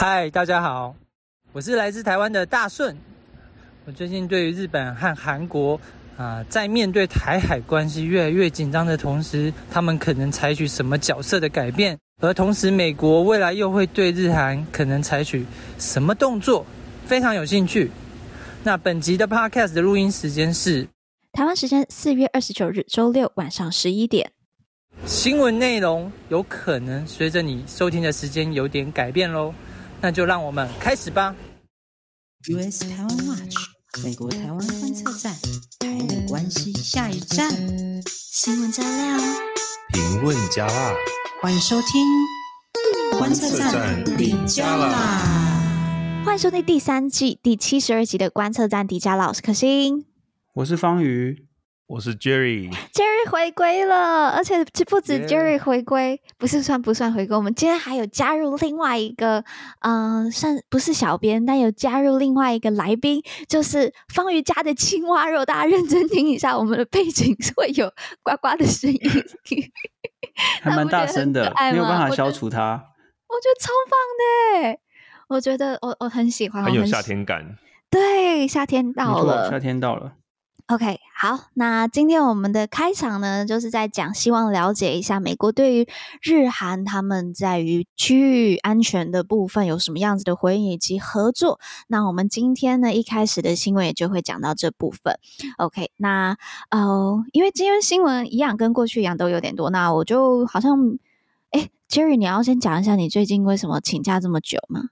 嗨，大家好，我是来自台湾的大顺。我最近对于日本和韩国在面对台海关系越来越紧张的同时，他们可能采取什么角色的改变，而同时美国未来又会对日韩可能采取什么动作，非常有兴趣。那本集的 Podcast 的录音时间是台湾时间4月29日周六晚上11点。 新闻内容有可能随着你收听的时间有点改变咯，那就让我们开始吧。 US 台湾 Watch 美国台湾观测站，台美关系下一站， 新闻加料， 评论加辣， 欢迎收听观测站底加啦。 欢迎收听第3季第72集的观测站底加啦，我是可心， 我是方瑜， 我是 Jerry 回归了，而且不止 Jerry 回归，不算回归，我们今天还有加入另外一个算不是小编，但有加入另外一个来宾，就是方瑜家的青蛙肉。大家认真听一下，我们的背景会有呱呱的声音还蛮大声的，没有办法消除它。 我觉得超棒的耶，我觉得我很喜欢， 很有夏天感。 对，夏天到了， 夏天到了。 OK， 好，那今天我们的开场呢，就是在讲希望了解一下美国对于日韩他们在于区域安全的部分有什么样子的回应以及合作。那我们今天呢一开始的新闻也就会讲到这部分。OK， 那因为今天新闻一样跟过去一样都有点多，那我就好像Jerry 你要先讲一下你最近为什么请假这么久吗？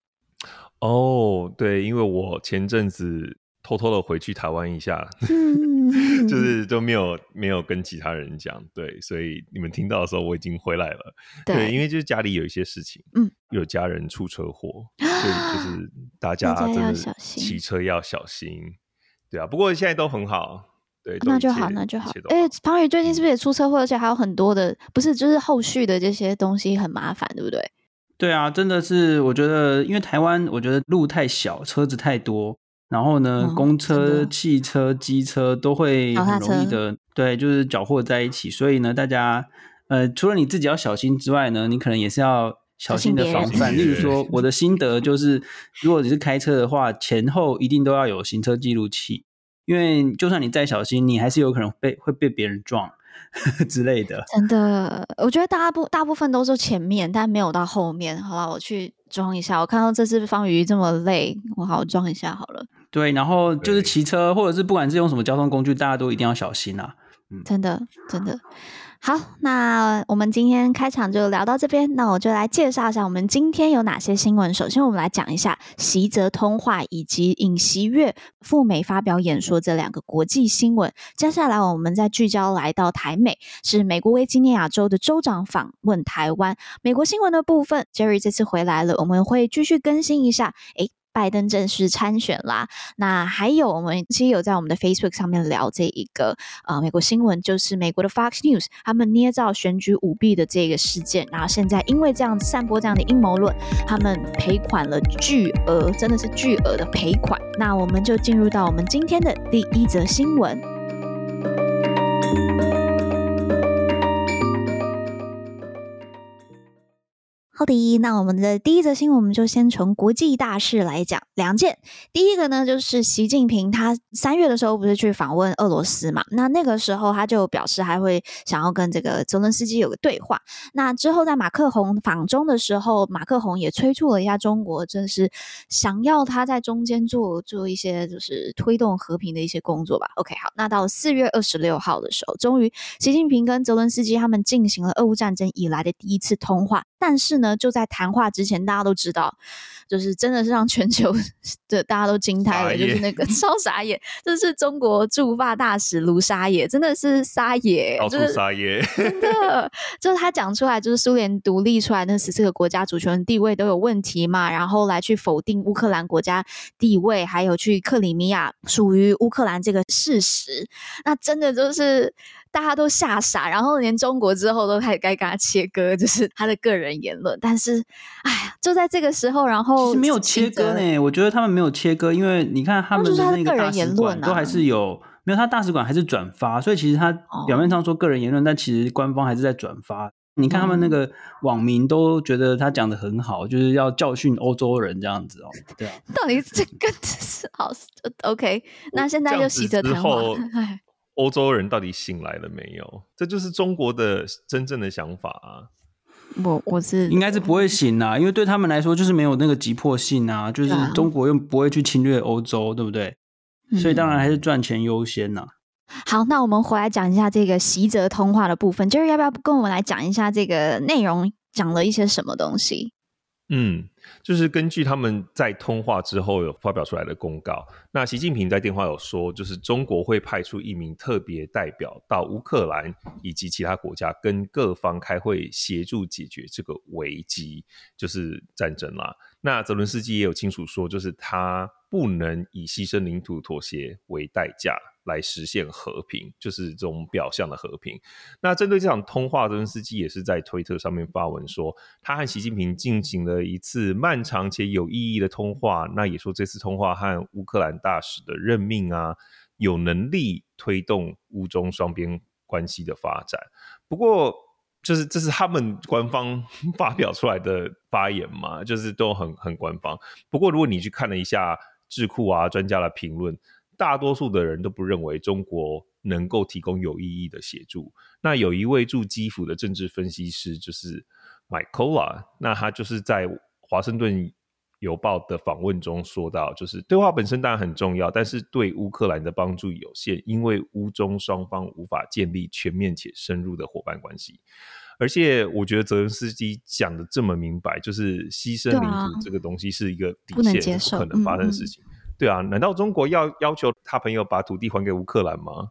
对，因为我前阵子偷偷的回去台湾一下，就是都没有跟其他人讲，对，所以你们听到的时候我已经回来了， 对，因为就是家里有一些事情，有家人出车祸，所以就是大家真的骑车要小心，对啊，不过现在都很好，对， 那就好。方宇最近是不是也出车祸，而且还有很多的，不是就是后续的这些东西很麻烦，对不对？ 对啊，真的是，我觉得因为台湾我觉得路太小，车子太多，然后呢，公车、汽车、机车都会很容易的，对，就是搅和在一起。所以呢，大家除了你自己要小心之外呢，你可能也是要小心的防范。例如说，我的心得就是，如果你是开车的话，前后一定都要有行车记录器，因为就算你再小心，你还是有可能会被别人撞之类的。真的，我觉得大部分都是前面，但没有到后面。好了，我去装一下。我看到这次方瑜这么累，我好装一下好了。 对，然后就是骑车或者是不管是用什么交通工具，大家都一定要小心啊。 真的。好，那我们今天开场就聊到这边，那我就来介绍一下我们今天有哪些新闻。首先我们来讲一下习泽通话以及尹锡悦赴美发表演说这两个国际新闻。接下来我们再聚焦来到台美，是美国维吉尼亚州的州长访问台湾。美国新闻的部分 Jerry 这次回来了，我们会继续更新一下拜登正式参选啦，那还有我们其实有在我们的 Facebook 上面聊这一个美国新闻，就是美国的 Fox News 他们捏造选举舞弊的这个事件，然后现在因为这样散播这样的阴谋论，他们赔款了巨额，真的是巨额的赔款。那我们就进入到我们今天的第一则新闻。好的，那我们的第一则新闻，我们就先从国际大事来讲两件。第一个呢，就是习近平他3月的时候不是去访问俄罗斯嘛？那个时候他就表示还会想要跟这个泽伦斯基有个对话。那之后在马克宏访中的时候，马克宏也催促了一下中国，真是想要他在中间做一些就是推动和平的一些工作吧。OK， 好，那到4月26号的时候，终于习近平跟泽伦斯基他们进行了俄乌战争以来的第一次通话。但是呢，就在谈话之前，大家都知道，就是真的是让全球的大家都惊呆了，就是那个超傻眼，这是中国驻法大使卢沙野，真的是沙野， 到处沙野， 真的，就是他讲出来，就是苏联独立出来那14个国家主权地位都有问题嘛，然后来去否定乌克兰国家地位，还有去克里米亚属于乌克兰这个事实，那真的就是大家都吓傻，然后连中国之后都开始该跟他切割，就是他的个人言论。但是，哎呀，就在这个时候，然后其实没有切割呢，我觉得他们没有切割，因为你看他们的那个大使馆都还是有，没有他大使馆还是转发，所以其实他表面上说个人言论，但其实官方还是在转发。 你看他们那个网民都觉得他讲得很好，就是要教训欧洲人这样子哦。对啊， 到底这个是好 OK？ 那现在又习着谈话， 欧洲人到底醒来了没有？这就是中国的真正的想法啊。 我是应该是不会醒啊，因为对他们来说就是没有那个急迫性啊，就是中国又不会去侵略欧洲，对不对？所以当然还是赚钱优先啊。 好，那我们回来讲一下这个习则通话的部分，就是要不要跟我们来讲一下这个内容讲了一些什么东西？ 就是根据他们在通话之后有发表出来的公告，那习近平在电话有说，就是中国会派出一名特别代表到乌克兰以及其他国家跟各方开会，协助解决这个危机，就是战争啦。那泽伦斯基也有清楚说，就是他不能以牺牲领土妥协为代价来实现和平，就是这种表象的和平。那针对这场通话，泽伦斯基也是在推特上面发文说，他和习近平进行了一次漫长且有意义的通话，那也说这次通话和乌克兰大使的任命啊，有能力推动乌中双边关系的发展。不过就是这是他们官方发表出来的发言嘛，就是都很官方。不过如果你去看了一下智库啊专家的评论，大多数的人都不认为中国能够提供有意义的协助。那有一位驻基辅的政治分析师就是 Mykola， 那他就是在华盛顿邮报的访问中说到，就是对话本身当然很重要，但是对乌克兰的帮助有限，因为乌中双方无法建立全面且深入的伙伴关系。而且我觉得泽伦斯基讲的这么明白，就是牺牲领土这个东西是一个底线，不能接受，不可能发生的事情。对啊，难道中国要求他朋友把土地还给乌克兰吗？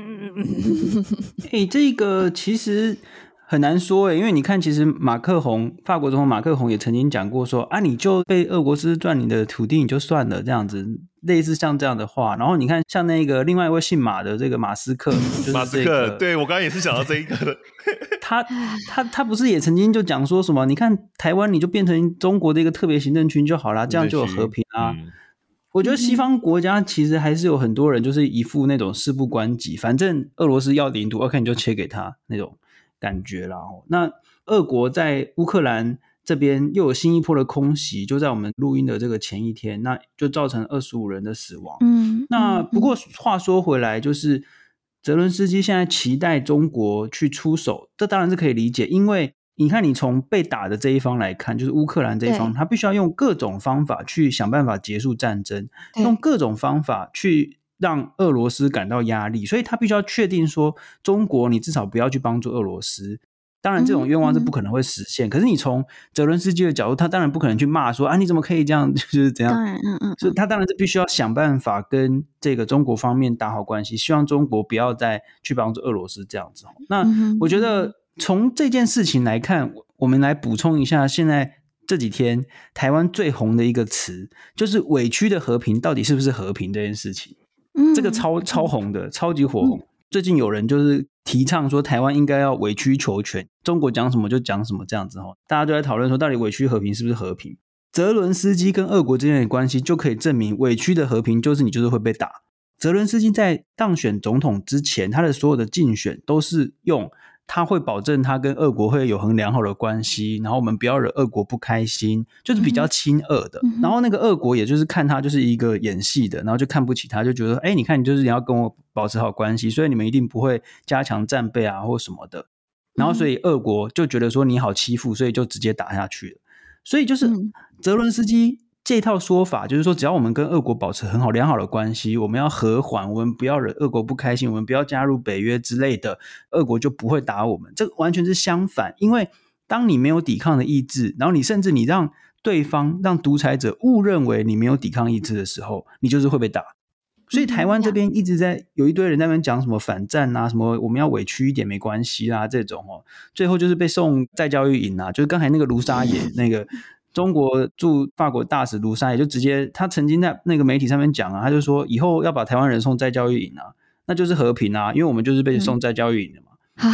这个其实很难说因为你看，其实法国总统马克宏也曾经讲过说啊，你就被俄罗斯赚你的土地你就算了，这样子，类似像这样的话。然后你看像那个另外一位姓马的这个马斯克，就是马斯克，对，我刚刚也是想到这一个的。 他不是也曾经就讲说什么？你看台湾你就变成中国的一个特别行政区就好啦，这样就有和平啊。我觉得西方国家其实还是有很多人就是一副那种事不关己，反正俄罗斯要领土 OK 你就切给他那种感觉啦。那俄国在乌克兰这边又有新一波的空袭，就在我们录音的这个前一天，那就造成25人的死亡。那不过话说回来，就是泽伦斯基现在期待中国去出手，这当然是可以理解，因为你看你从被打的这一方来看，就是乌克兰这一方，他必须要用各种方法去想办法结束战争，用各种方法去让俄罗斯感到压力，所以他必须要确定说中国你至少不要去帮助俄罗斯。当然这种愿望是不可能会实现，可是你从泽伦斯基的角度，他当然不可能去骂说啊你怎么可以这样，就是怎样，所以他当然是必须要想办法跟这个中国方面打好关系，希望中国不要再去帮助俄罗斯这样子。那我觉得从这件事情来看，我们来补充一下现在这几天台湾最红的一个词，就是委屈的和平到底是不是和平这件事情。这个超红的，超级火红。最近有人就是提倡说台湾应该要委曲求全，中国讲什么就讲什么这样子，大家都在讨论说到底委屈和平是不是和平。泽伦斯基跟俄国之间的关系就可以证明委屈的和平就是你就是会被打。泽伦斯基在当选总统之前，他的所有的竞选都是用他会保证他跟俄国会有很良好的关系，然后我们不要惹俄国不开心，就是比较亲俄的。然后那个俄国也就是看他就是一个演戏的，然后就看不起他，就觉得你看你就是你要跟我保持好关系，所以你们一定不会加强战备啊或什么的。然后所以俄国就觉得说你好欺负，所以就直接打下去了。所以就是泽伦斯基这套说法就是说，只要我们跟俄国保持很好良好的关系，我们要和缓，我们不要惹俄国不开心，我们不要加入北约之类的，俄国就不会打我们。这完全是相反，因为当你没有抵抗的意志，然后你甚至你让对方让独裁者误认为你没有抵抗意志的时候，你就是会被打。所以台湾这边一直在有一堆人在那边讲什么反战啊，什么我们要委屈一点没关系啦，这种最后就是被送在教育营啊，就是刚才那个卢沙野那个中国驻法国大使卢沙野就直接他曾经在那个媒体上面讲啊，他就说以后要把台湾人送在教育营啊，那就是和平啊，因为我们就是被送在教育营的嘛。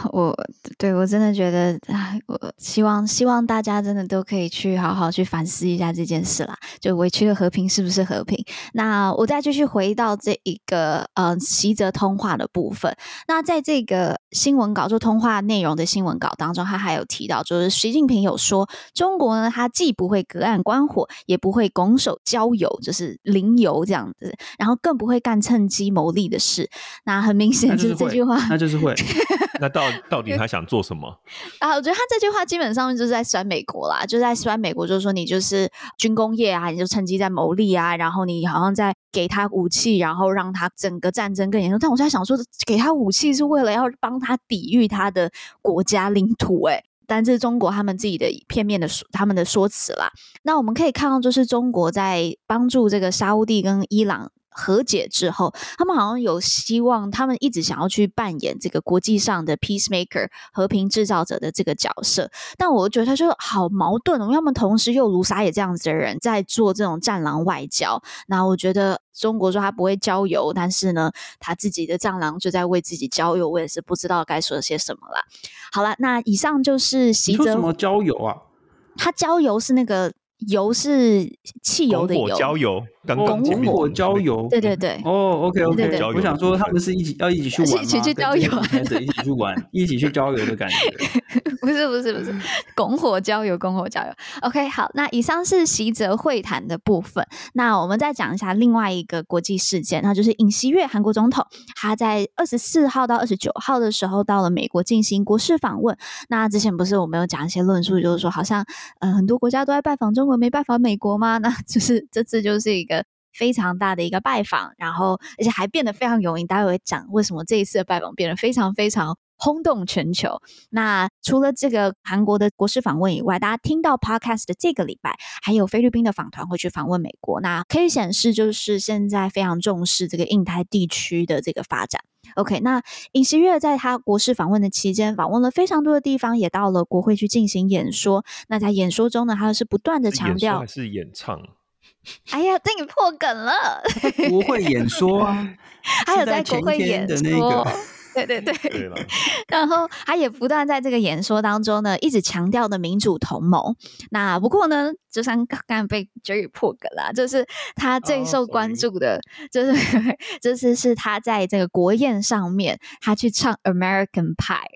我真的觉得，我希望大家真的都可以去好好去反思一下这件事啦。就委屈的和平是不是和平？那我再继续回到这一个习则通话的部分。那在这个新闻稿就通话内容的新闻稿当中，他还有提到，就是习近平有说，中国呢，他既不会隔岸观火，也不会拱手交友，就是零油这样子，然后更不会干趁机谋利的事。那很明显就是这句话， 那就是会。 那到底他想做什么啊？我觉得他这句话基本上就是在酸美国啦，就在酸美国，就是说你就是军工业啊，你就趁机在牟利啊，然后你好像在给他武器，然后让他整个战争更严重。但我在想说，给他武器是为了要帮他抵御他的国家领土但这是中国他们自己的片面的他们的说辞啦。那我们可以看到，就是中国在帮助这个沙烏地跟伊朗和解之后，他们好像有希望，他们一直想要去扮演这个国际上的 peacemaker 和平制造者的这个角色，但我觉得就好矛盾，因为他们同时又有卢沙野这样子的人在做这种战狼外交。那我觉得中国说他不会交友，但是呢他自己的战狼就在为自己交友，我也是不知道该说些什么啦。好了，那以上就是习则。 你说什么交友啊？ 他交友是那个油是汽油的油， 拱火交友， 拱火交友， 对对对。 OK， 我想说他们是一起去玩吗？ 一起去交友， 一起去玩，一起去交友的感觉。 不是，拱火交友。OK， 好，那以上是习则会谈的部分。那我们再讲一下另外一个国际事件，那就是尹锡悦韩国总统，他在24号到29号的时候到了美国进行国事访问。那之前不是我们有讲一些论述，就是说好像很多国家都在拜访中国，没拜访美国吗？那就是这次就是一个非常大的一个拜访，然后而且还变得非常有名。待会会讲为什么这一次的拜访变得非常非常轰动全球。那除了这个韩国的国事访问以外，大家听到 podcast 的这个礼拜还有菲律宾的访团会去访问美国，那可以显示就是现在非常重视这个印太地区的这个发展。OK， 那尹锡悦在他国事访问的期间访问了非常多的地方，也到了国会去进行演说。那在演说中呢，他是不断的强调， 演说还是演唱？ 哎呀，这你破梗了。 国会演说啊， 还有在国会演说， 那个对然后他也不断在这个演说当中呢，一直强调的民主同盟。那不过呢，就像刚刚被 Jerry 破梗啦，就是他最受关注的，就是他在这个国宴上面，他去唱 American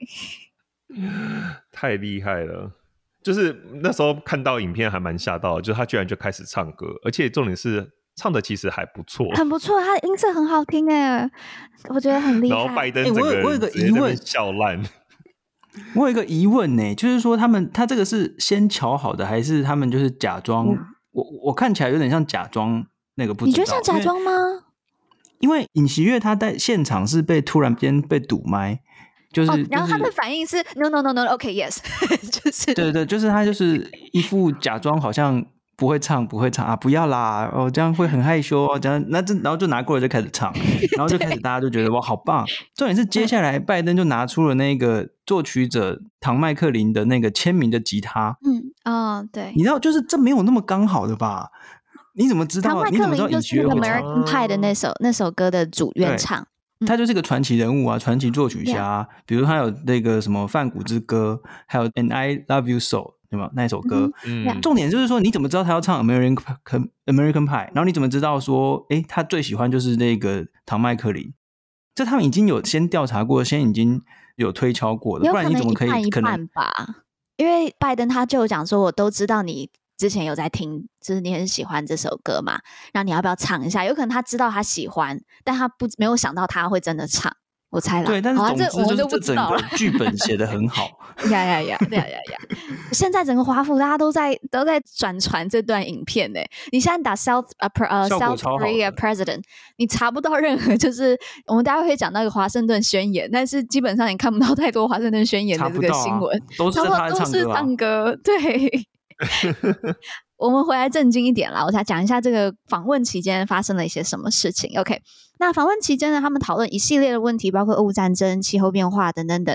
Pie， 太厉害了。就是那时候看到影片还蛮吓到的，就是他居然就开始唱歌，而且重点是唱的其实还不错， 很不错，他的音色很好听我觉得很厉害。 然后拜登整个人我有个疑问， 笑烂。 我有一个疑问呢，就是说他这个是先瞧好的，还是他们就是假装？我看起来有点像假装那个，不知道。 你觉得像假装吗？ 因为尹锡悦他在现场是突然间被堵麦。 然后他的反应是 no OK yes 就是对，就是他就是一副假装好像不会唱啊，不要啦，这样会很害羞这样，然后就拿过来就开始唱，然后就开始大家就觉得哇好棒。重点是接下来拜登就拿出了那个作曲者唐麦克林的那个签名的吉他， 对， 你知道就是这没有那么刚好的吧？你怎么知道？你怎么知道尹锡悦会唱 American Pie 的那首歌的主原唱？ 他就是个传奇人物啊，传奇作曲家。比如他有那个什么《梵谷之歌》，还有《And I Love You So》，对吗？那一首歌。重点就是说，你怎么知道他要唱 American Pie？ 然后你怎么知道说，他最喜欢就是那个唐麦克林？这他们已经有先调查过，先已经有推敲过了，不然你怎么可以一半吧？因为拜登他就有讲说，我都知道你之前有在听，就是你很喜欢这首歌嘛，然后你要不要唱一下？有可能他知道他喜欢，但他没有想到他会真的唱，我猜啦。 对，但是总之就是这整个剧本写得很好。 呀！现在整个华府大家都在转传这段影片你现在打 South Korea President， 你查不到任何，就是我们大家会讲那个华盛顿宣言，但是基本上你看不到太多华盛顿宣言的这个新闻， 都是他在唱歌，对。我们回来正经一点啦，我才讲一下这个访问期间发生了一些什么事情。 OK， 那访问期间呢，他们讨论一系列的问题，包括俄乌战争、气候变化等等等等。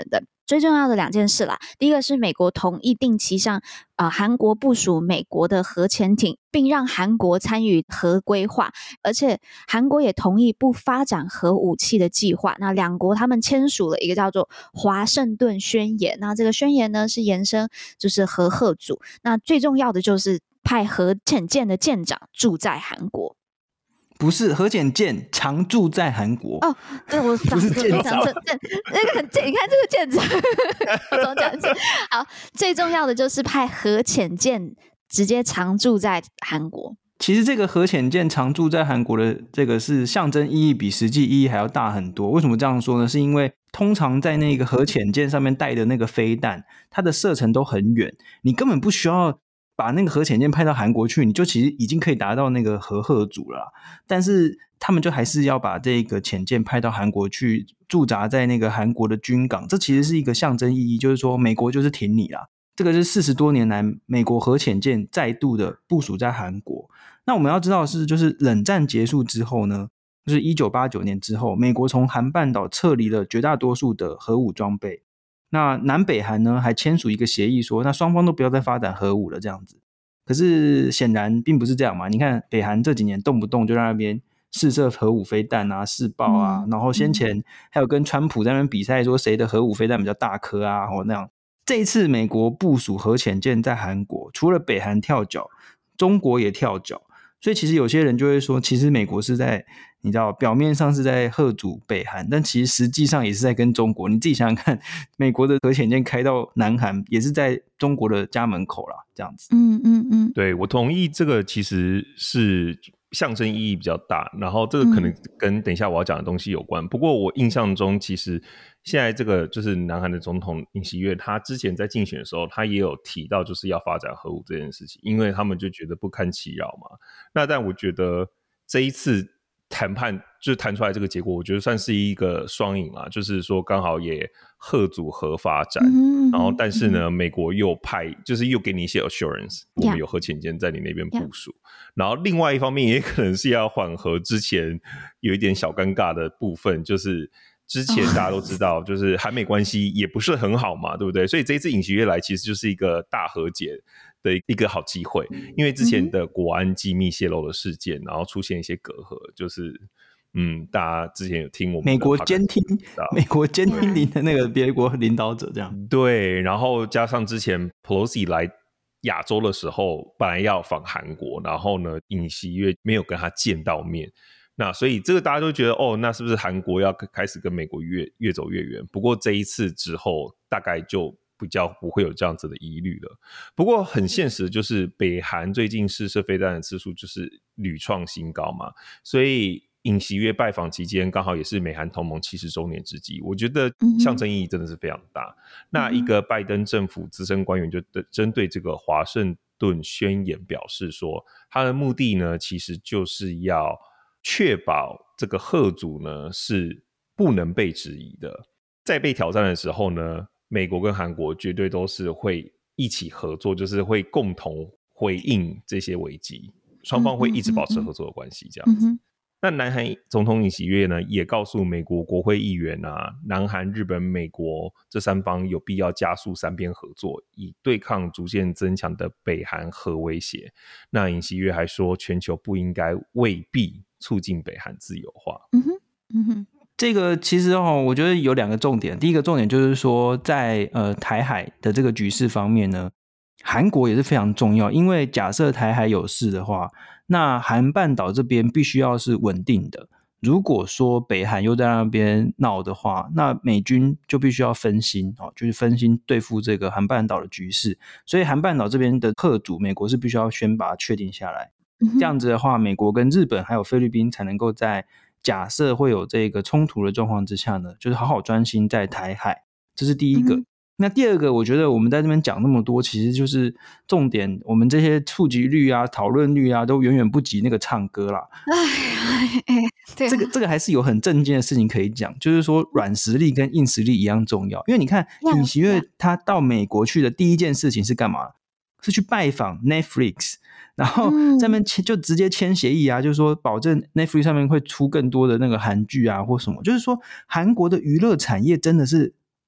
最重要的2件事啦，第一个是美国同意定期向韩国部署美国的核潜艇，并让韩国参与核规划，而且韩国也同意不发展核武器的计划。那2国他们签署了一个叫做华盛顿宣言，那这个宣言呢是延伸就是核贺组，那最重要的就是派核潜舰的舰长驻在韩国。 不是核潜舰常驻在韩国哦，对，我不是舰长， 那个你看这个舰长，我总讲一次。好，最重要的就是派核潜舰直接常驻在韩国。 其实这个核潜舰常驻在韩国的这个是象征意义比实际意义还要大很多。为什么这样说呢？是因为通常在那个核潜舰上面带的那个飞弹，它的射程都很远，你根本不需要把那个核潜舰派到韩国去，你就其实已经可以达到那个核贺组了。但是他们就还是要把这个潜舰派到韩国去，驻扎在那个韩国的军港。这其实是一个象征意义，就是说美国就是挺你啦。这个是40多年来美国核潜舰再度的部署在韩国。那我们要知道的是，就是冷战结束之后呢，就是1989年之后，美国从韩半岛撤离了绝大多数的核武装备。那南北韩呢还签署一个协议说，那双方都不要再发展核武了这样子。可是显然并不是这样嘛，你看北韩这几年动不动就在那边试射核武飞弹啊，试爆啊，然后先前还有跟川普在那边比赛说谁的核武飞弹比较大颗啊，或那样。这一次美国部署核潜舰在韩国，除了北韩跳脚，中国也跳脚。所以其实有些人就会说，其实美国是在你知道表面上是在嚇阻北韩，但其实实际上也是在跟中国。你自己想想看，美国的核潜舰开到南韩也是在中国的家门口啦，这样子。 对，我同意，这个其实是象征意义比较大，然后这个可能跟等一下我要讲的东西有关。不过我印象中其实现在这个就是南韩的总统尹锡悦，他之前在竞选的时候他也有提到就是要发展核武这件事情，因为他们就觉得不堪其扰嘛。那但我觉得这一次谈判就是谈出来这个结果，我觉得算是一个双赢啦，就是说刚好也嚇阻核发展，然后但是呢美国又派就是又给你一些 assurance， 我们有核潜舰在你那边部署，然后另外一方面也可能是要缓和之前有一点小尴尬的部分，就是之前大家都知道就是韩美关系也不是很好嘛，对不对？所以这一次尹锡悦来其实就是一个大和解的一个好机会，因为之前的国安机密泄露的事件，然后出现一些隔阂，就是大家之前有听我们美国监听的那个别国领导者这样。 对，然后加上之前 Pelosi 来亚洲的时候本来要访韩国，然后呢尹锡悦没有跟他见到面，那所以这个大家都觉得那是不是韩国要开始跟美国越走越远？不过这一次之后大概就比较不会有这样子的疑虑了。不过很现实的就是北韩最近试射飞弹的次数就是屡创新高嘛，所以尹锡悦拜访期间刚好也是美韩同盟70周年之际，我觉得象征意义真的是非常大。那一个拜登政府资深官员就针对这个华盛顿宣言表示说，他的目的呢其实就是要确保这个嚇阻呢是不能被质疑的，在被挑战的时候呢美国跟韩国绝对都是会一起合作，就是会共同回应这些危机，双方会一直保持合作的关系这样子。那南韩总统尹锡悦呢也告诉美国国会议员啊，南韩、日本、美国这3方有必要加速3边合作，以对抗逐渐增强的北韩核威胁。那尹锡悦还说，全球不应该为避促进北韩自由化。 这个其实我觉得有2个重点。第一个重点就是说在台海的这个局势方面呢，韩国也是非常重要，因为假设台海有事的话，那韩半岛这边必须要是稳定的。如果说北韩又在那边闹的话，那美军就必须要分心，就是分心对付这个韩半岛的局势。所以韩半岛这边的嚇阻，美国是必须要先把它确定下来。这样子的话，美国跟日本还有菲律宾才能够在假设会有这个冲突的状况之下呢，就是好好专心在台海，这是第一个。那第二个，我觉得我们在这边讲那么多，其实就是重点，我们这些触及率啊、讨论率啊，都远远不及那个唱歌啦。 对， 这个还是有很正经的事情可以讲，就是说软实力跟硬实力一样重要。因为你看尹锡悦他到美国去的第一件事情是干嘛？是去拜访 Netflix， 然后在那边就直接签协议啊，就是说保证 Netflix 上面会出更多的那个韩剧啊或什么，就是说韩国的娱乐产业真的是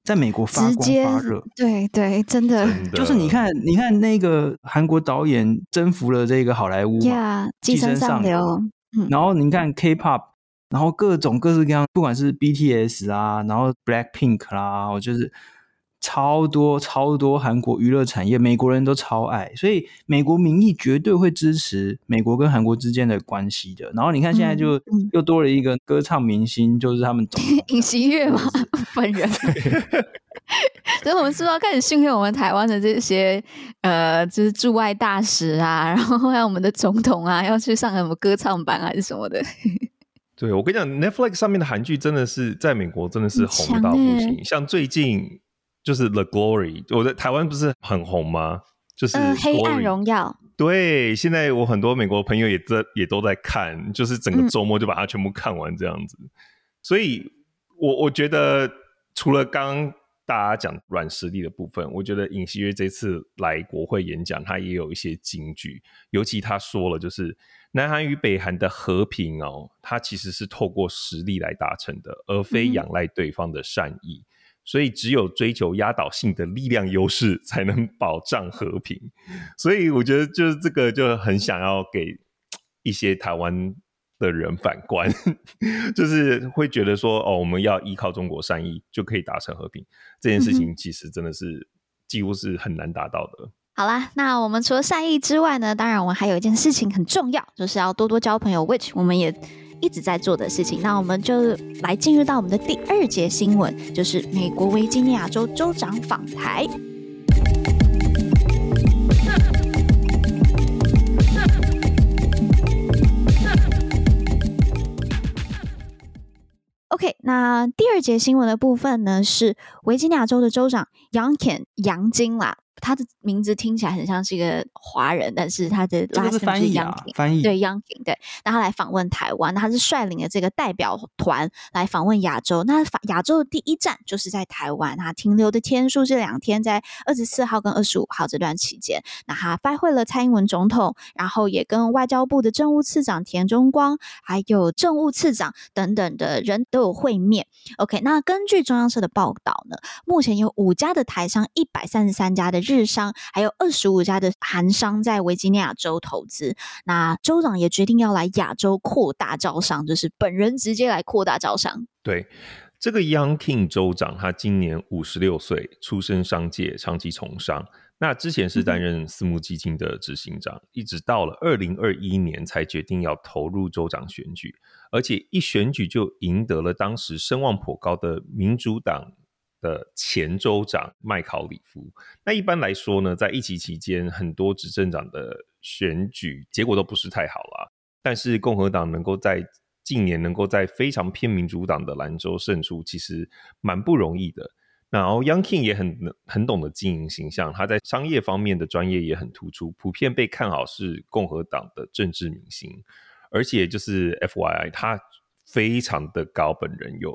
在美国发光发热。 对对，真的就是你看那个韩国导演征服了这个好莱坞嘛， 寄生上流。 然后你看 K-pop， 然后各式各样，不管是 BTS 啊，然后 Blackpink 啦，就是超多韩国娱乐产业，美国人都超爱，所以美国民意绝对会支持美国跟韩国之间的关系的。然后你看现在就又多了一个歌唱明星，就是他们总统尹锡悦嘛本人。所以我们是不是要开始训练我们台湾的这些就是驻外大使啊，然后还有我们的总统啊，要去上什么歌唱班还是什么的？ 对，我跟你讲 Netflix 上面的韩剧真的是在美国真的是红到不行，像最近就是 The Glory， 我在台湾不是很红吗？就是黑暗荣耀。 对，现在我很多美国朋友也都在看，就是整个周末就把它全部看完这样子。所以我觉得除了刚刚大家讲软实力的部分，我觉得尹锡悦这次来国会演讲，他也有一些金句，尤其他说了，就是南韩与北韩的和平它其实是透过实力来达成的，而非仰赖对方的善意。所以只有追求压倒性的力量优势才能保障和平。所以我觉得就是这个就很想要给一些台湾的人反观，就是会觉得说我们要依靠中国善意就可以达成和平，这件事情其实真的是几乎是很难达到的。 好啦，那我们除了善意之外呢，当然我们还有一件事情很重要，就是要多多交朋友 which 我们也一直在做的事情。那我们就来进入到我们的第2节新闻，就是美国维吉尼亚州州长访台。OK， 那第2节新闻的部分呢，是维吉尼亚州的州长 Youngkin 杨金啦。他的名字听起来很像是一个华人，但是他的 last name 是 Youngkin， 翻译对 Youngkin 对。那他来访问台湾，他是率领了这个代表团来访问亚洲。那亚洲的第一站就是在台湾，他停留的天数是2天，在24号跟25号这段期间。那他拜会了蔡英文总统，然后也跟外交部的政务次长田中光，还有政务次长等等的人都有会面。OK， 那根据中央社的报道呢，目前有5家的台商、133家的日商，还有25家的韩商在维吉尼亚州投资。那州长也决定要来亚洲扩大招商，就是本人直接来扩大招商。 对，这个 Youngkin 州长他今年56岁，出身商界，长期从商。那之前是担任私募基金的执行长，一直到了2021年才决定要投入州长选举，而且一选举就赢得了当时声望颇高的民主党的前州长麦考里夫。那一般来说呢，在疫情期间，很多执政党的选举结果都不是太好啦，但是共和党能够在近年能够在非常偏民主党的兰州胜出，其实蛮不容易的。然后 Youngkin 也很懂得经营形象，他在商业方面的专业也很突出，普遍被看好是共和党的政治明星。而且就是 FYI 他非常的高，本人有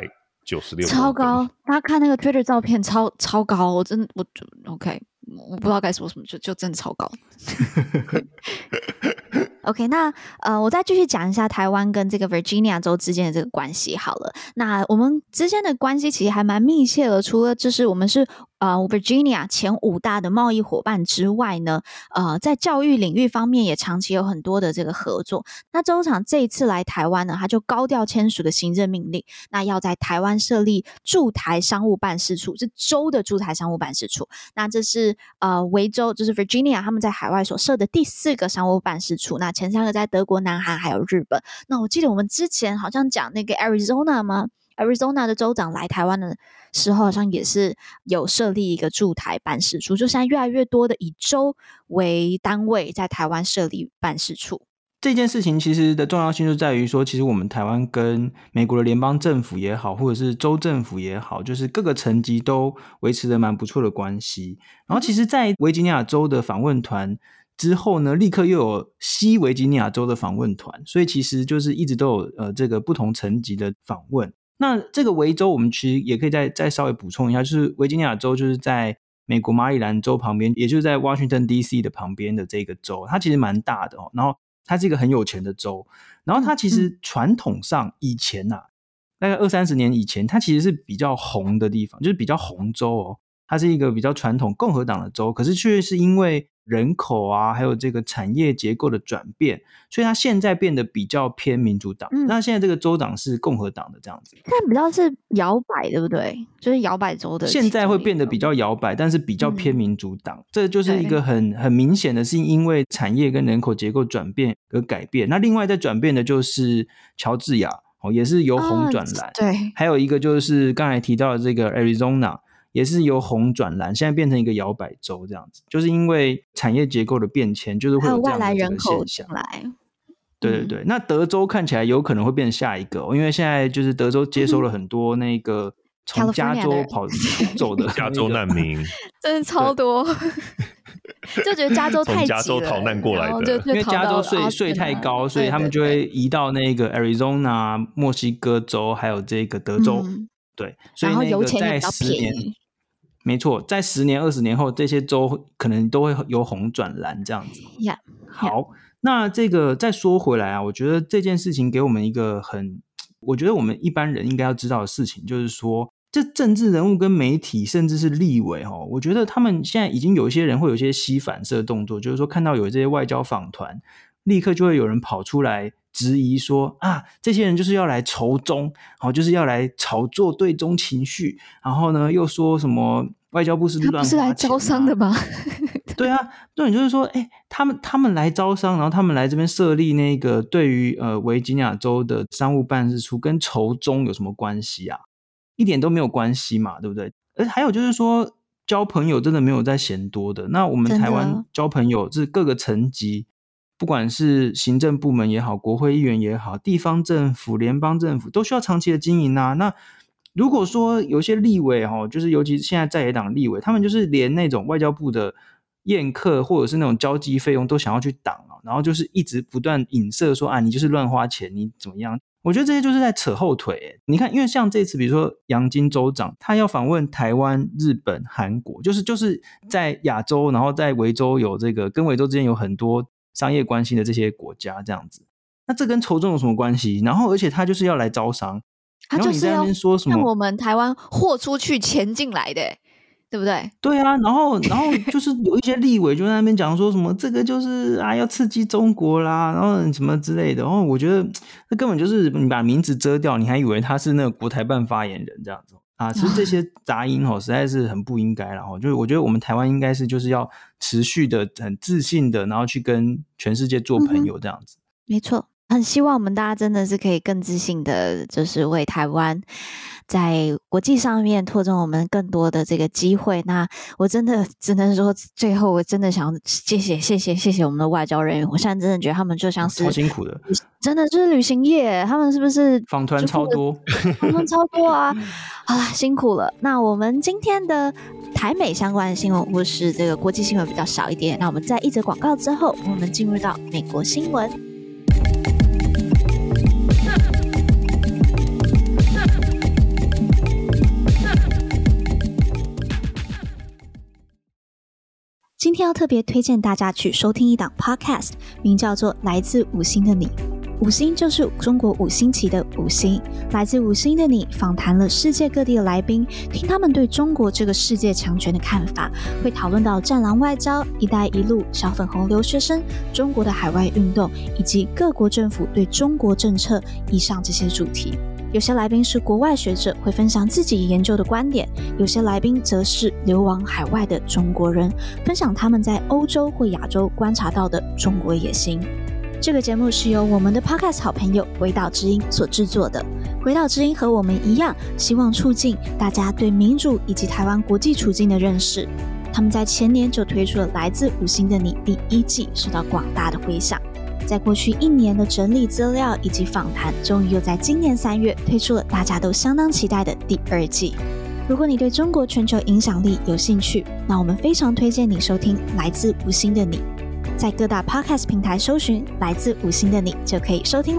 196 超高，大家看那个 Twitter 照片超高，我真的OK， 我不知道该说什么，就真的超高。OK， 那我再继续讲一下台湾跟这个 Virginia 州之间的这个关系好了。那我们之间的关系其实还蛮密切的，除了就是我们是Virginia 前5大的贸易伙伴之外呢，在教育领域方面也长期有很多的这个合作。那州长这一次来台湾呢，他就高调签署的行政命令，那要在台湾设立驻台商务办事处，是州的驻台商务办事处。那这是维州就是 Virginia 他们在海外所设的第4个商务办事处。那前3个在德国、南韩还有日本。那我记得我们之前好像讲那个 Arizona 吗？Arizona 的州长来台湾的时候，好像也是有设立一个驻台办事处，就现在越来越多的以州为单位在台湾设立办事处。 这件事情其实的重要性就在于说，其实我们台湾跟美国的联邦政府也好，或者是州政府也好，就是各个层级都维持得蛮不错的关系。然后其实在维吉尼亚州的访问团之后呢，立刻又有西维吉尼亚州的访问团，所以其实就是一直都有这个不同层级的访问。那这个维州我们其实也可以再稍微补充一下，就是维吉尼亚州就是在美国马里兰州旁边，也就是在 Washington DC 的旁边的这个州，它其实蛮大的然后它是一个很有钱的州，然后它其实传统上以前大概20-30年以前，它其实是比较红的地方，就是比较红州哦，它是一个比较传统共和党的州，可是却是因为人口啊，还有这个产业结构的转变，所以它现在变得比较偏民主党。那现在这个州长是共和党的这样子， 但比较是摇摆，对不对？就是摇摆州的。 现在会变得比较摇摆，但是比较偏民主党。这就是一个很明显的，是因为产业跟人口结构转变而改变。那另外在转变的就是乔治亚，也是由红转蓝。 对， 还有一个就是刚才提到的这个 Arizona。也是由红转蓝，现在变成一个摇摆州这样子，就是因为产业结构的变迁，就是会有这样的这个现象。 还有外来人口进来， 对对对。那德州看起来有可能会变下一个，因为现在就是德州接收了很多那个从加州跑出走的加州难民， 真的超多。就觉得加州太挤了， 从加州逃难过来的， 因为加州税太高，所以他们就会移到那个 Arizona、墨西哥州，还有这个德州。对，所以那个在10年，没错，在10年、20年后，这些州可能都会由红转蓝这样子。好，那这个再说回来啊，我觉得这件事情给我们一个我觉得我们一般人应该要知道的事情，就是说，这政治人物跟媒体，甚至是立委我觉得他们现在已经有一些人会有一些吸反射动作，就是说看到有这些外交访团，立刻就会有人跑出来质疑说啊，这些人就是要来仇中，就是要来炒作对中情绪，然后呢又说什么外交部是乱花钱， 他不是来招商的吗？ 对啊，重点就是说，他们来招商，然后他们来这边设立那个对于维吉尼亚州的商务办事处，跟仇中有什么关系啊？一点都没有关系嘛，对不对？而还有就是说，交朋友真的没有在嫌多的。那我们台湾交朋友是各个层级。不管是行政部门也好，国会议员也好，地方政府、联邦政府都需要长期的经营啊。那如果说有些立委就是尤其现在在野党立委，他们就是连那种外交部的宴客或者是那种交际费用都想要去挡然后就是一直不断影射说啊，你就是乱花钱，你怎么样？我觉得这些就是在扯后腿。你看，因为像这次比如说杨金州长，他要访问台湾、日本、韩国，就是在亚洲，然后在维州有这个跟维州之间有很多商业关系的这些国家这样子，那这跟仇中有什么关系？然后而且他就是要来招商， 他就是要让我们台湾货出去钱进来的，对不对？ 对啊，然后就是有一些立委就在那边讲说什么这个就是要刺激中国啦，然后什么之类的。然后我觉得这根本就是你把名字遮掉，你还以为他是那个国台办发言人这样子啊。其实这些杂音实在是很不应该啦。就是我觉得我们台湾应该是就是要持续的很自信的，然后去跟全世界做朋友这样子。 没错，很希望我们大家真的是可以更自信的，就是为台湾在国际上面拓展我们更多的这个机会。那我真的只能说，最后我真的想谢谢我们的外交人员。我现在真的觉得他们就像是超辛苦的， 真的就是旅行业，他们是不是访团超多？ 访团超多啊！好啦，辛苦了。那我们今天的台美相关的新闻或是这个国际新闻比较少一点，那我们在一则广告之后，我们进入到美国新闻。今天要特别推荐大家去收听一档 podcast， 名叫做《来自五星的你》。五星就是中国五星旗的五星。来自五星的你访谈了世界各地的来宾，听他们对中国这个世界强权的看法，会讨论到战狼外交、一带一路、小粉红留学生、中国的海外运动，以及各国政府对中国政策以上这些主题。有些来宾是国外学者，会分享自己研究的观点；有些来宾则是流亡海外的中国人，分享他们在欧洲或亚洲观察到的中国野心。这个节目是由我们的 Podcast 好朋友鬼岛之音所制作的。鬼岛之音和我们一样，希望促进大家对民主以及台湾国际处境的认识。他们在前年就推出了《来自五星的你》第1季，受到广大的回响。在过去1年的整理资料以及访谈，终于又在今年3月推出了大家都相当期待的第2季。如果你对中国全球影响力有兴趣，那我们非常推荐你收听《来自五星的你》，在各大 Podcast 平台搜寻《来自五星的你》就可以收听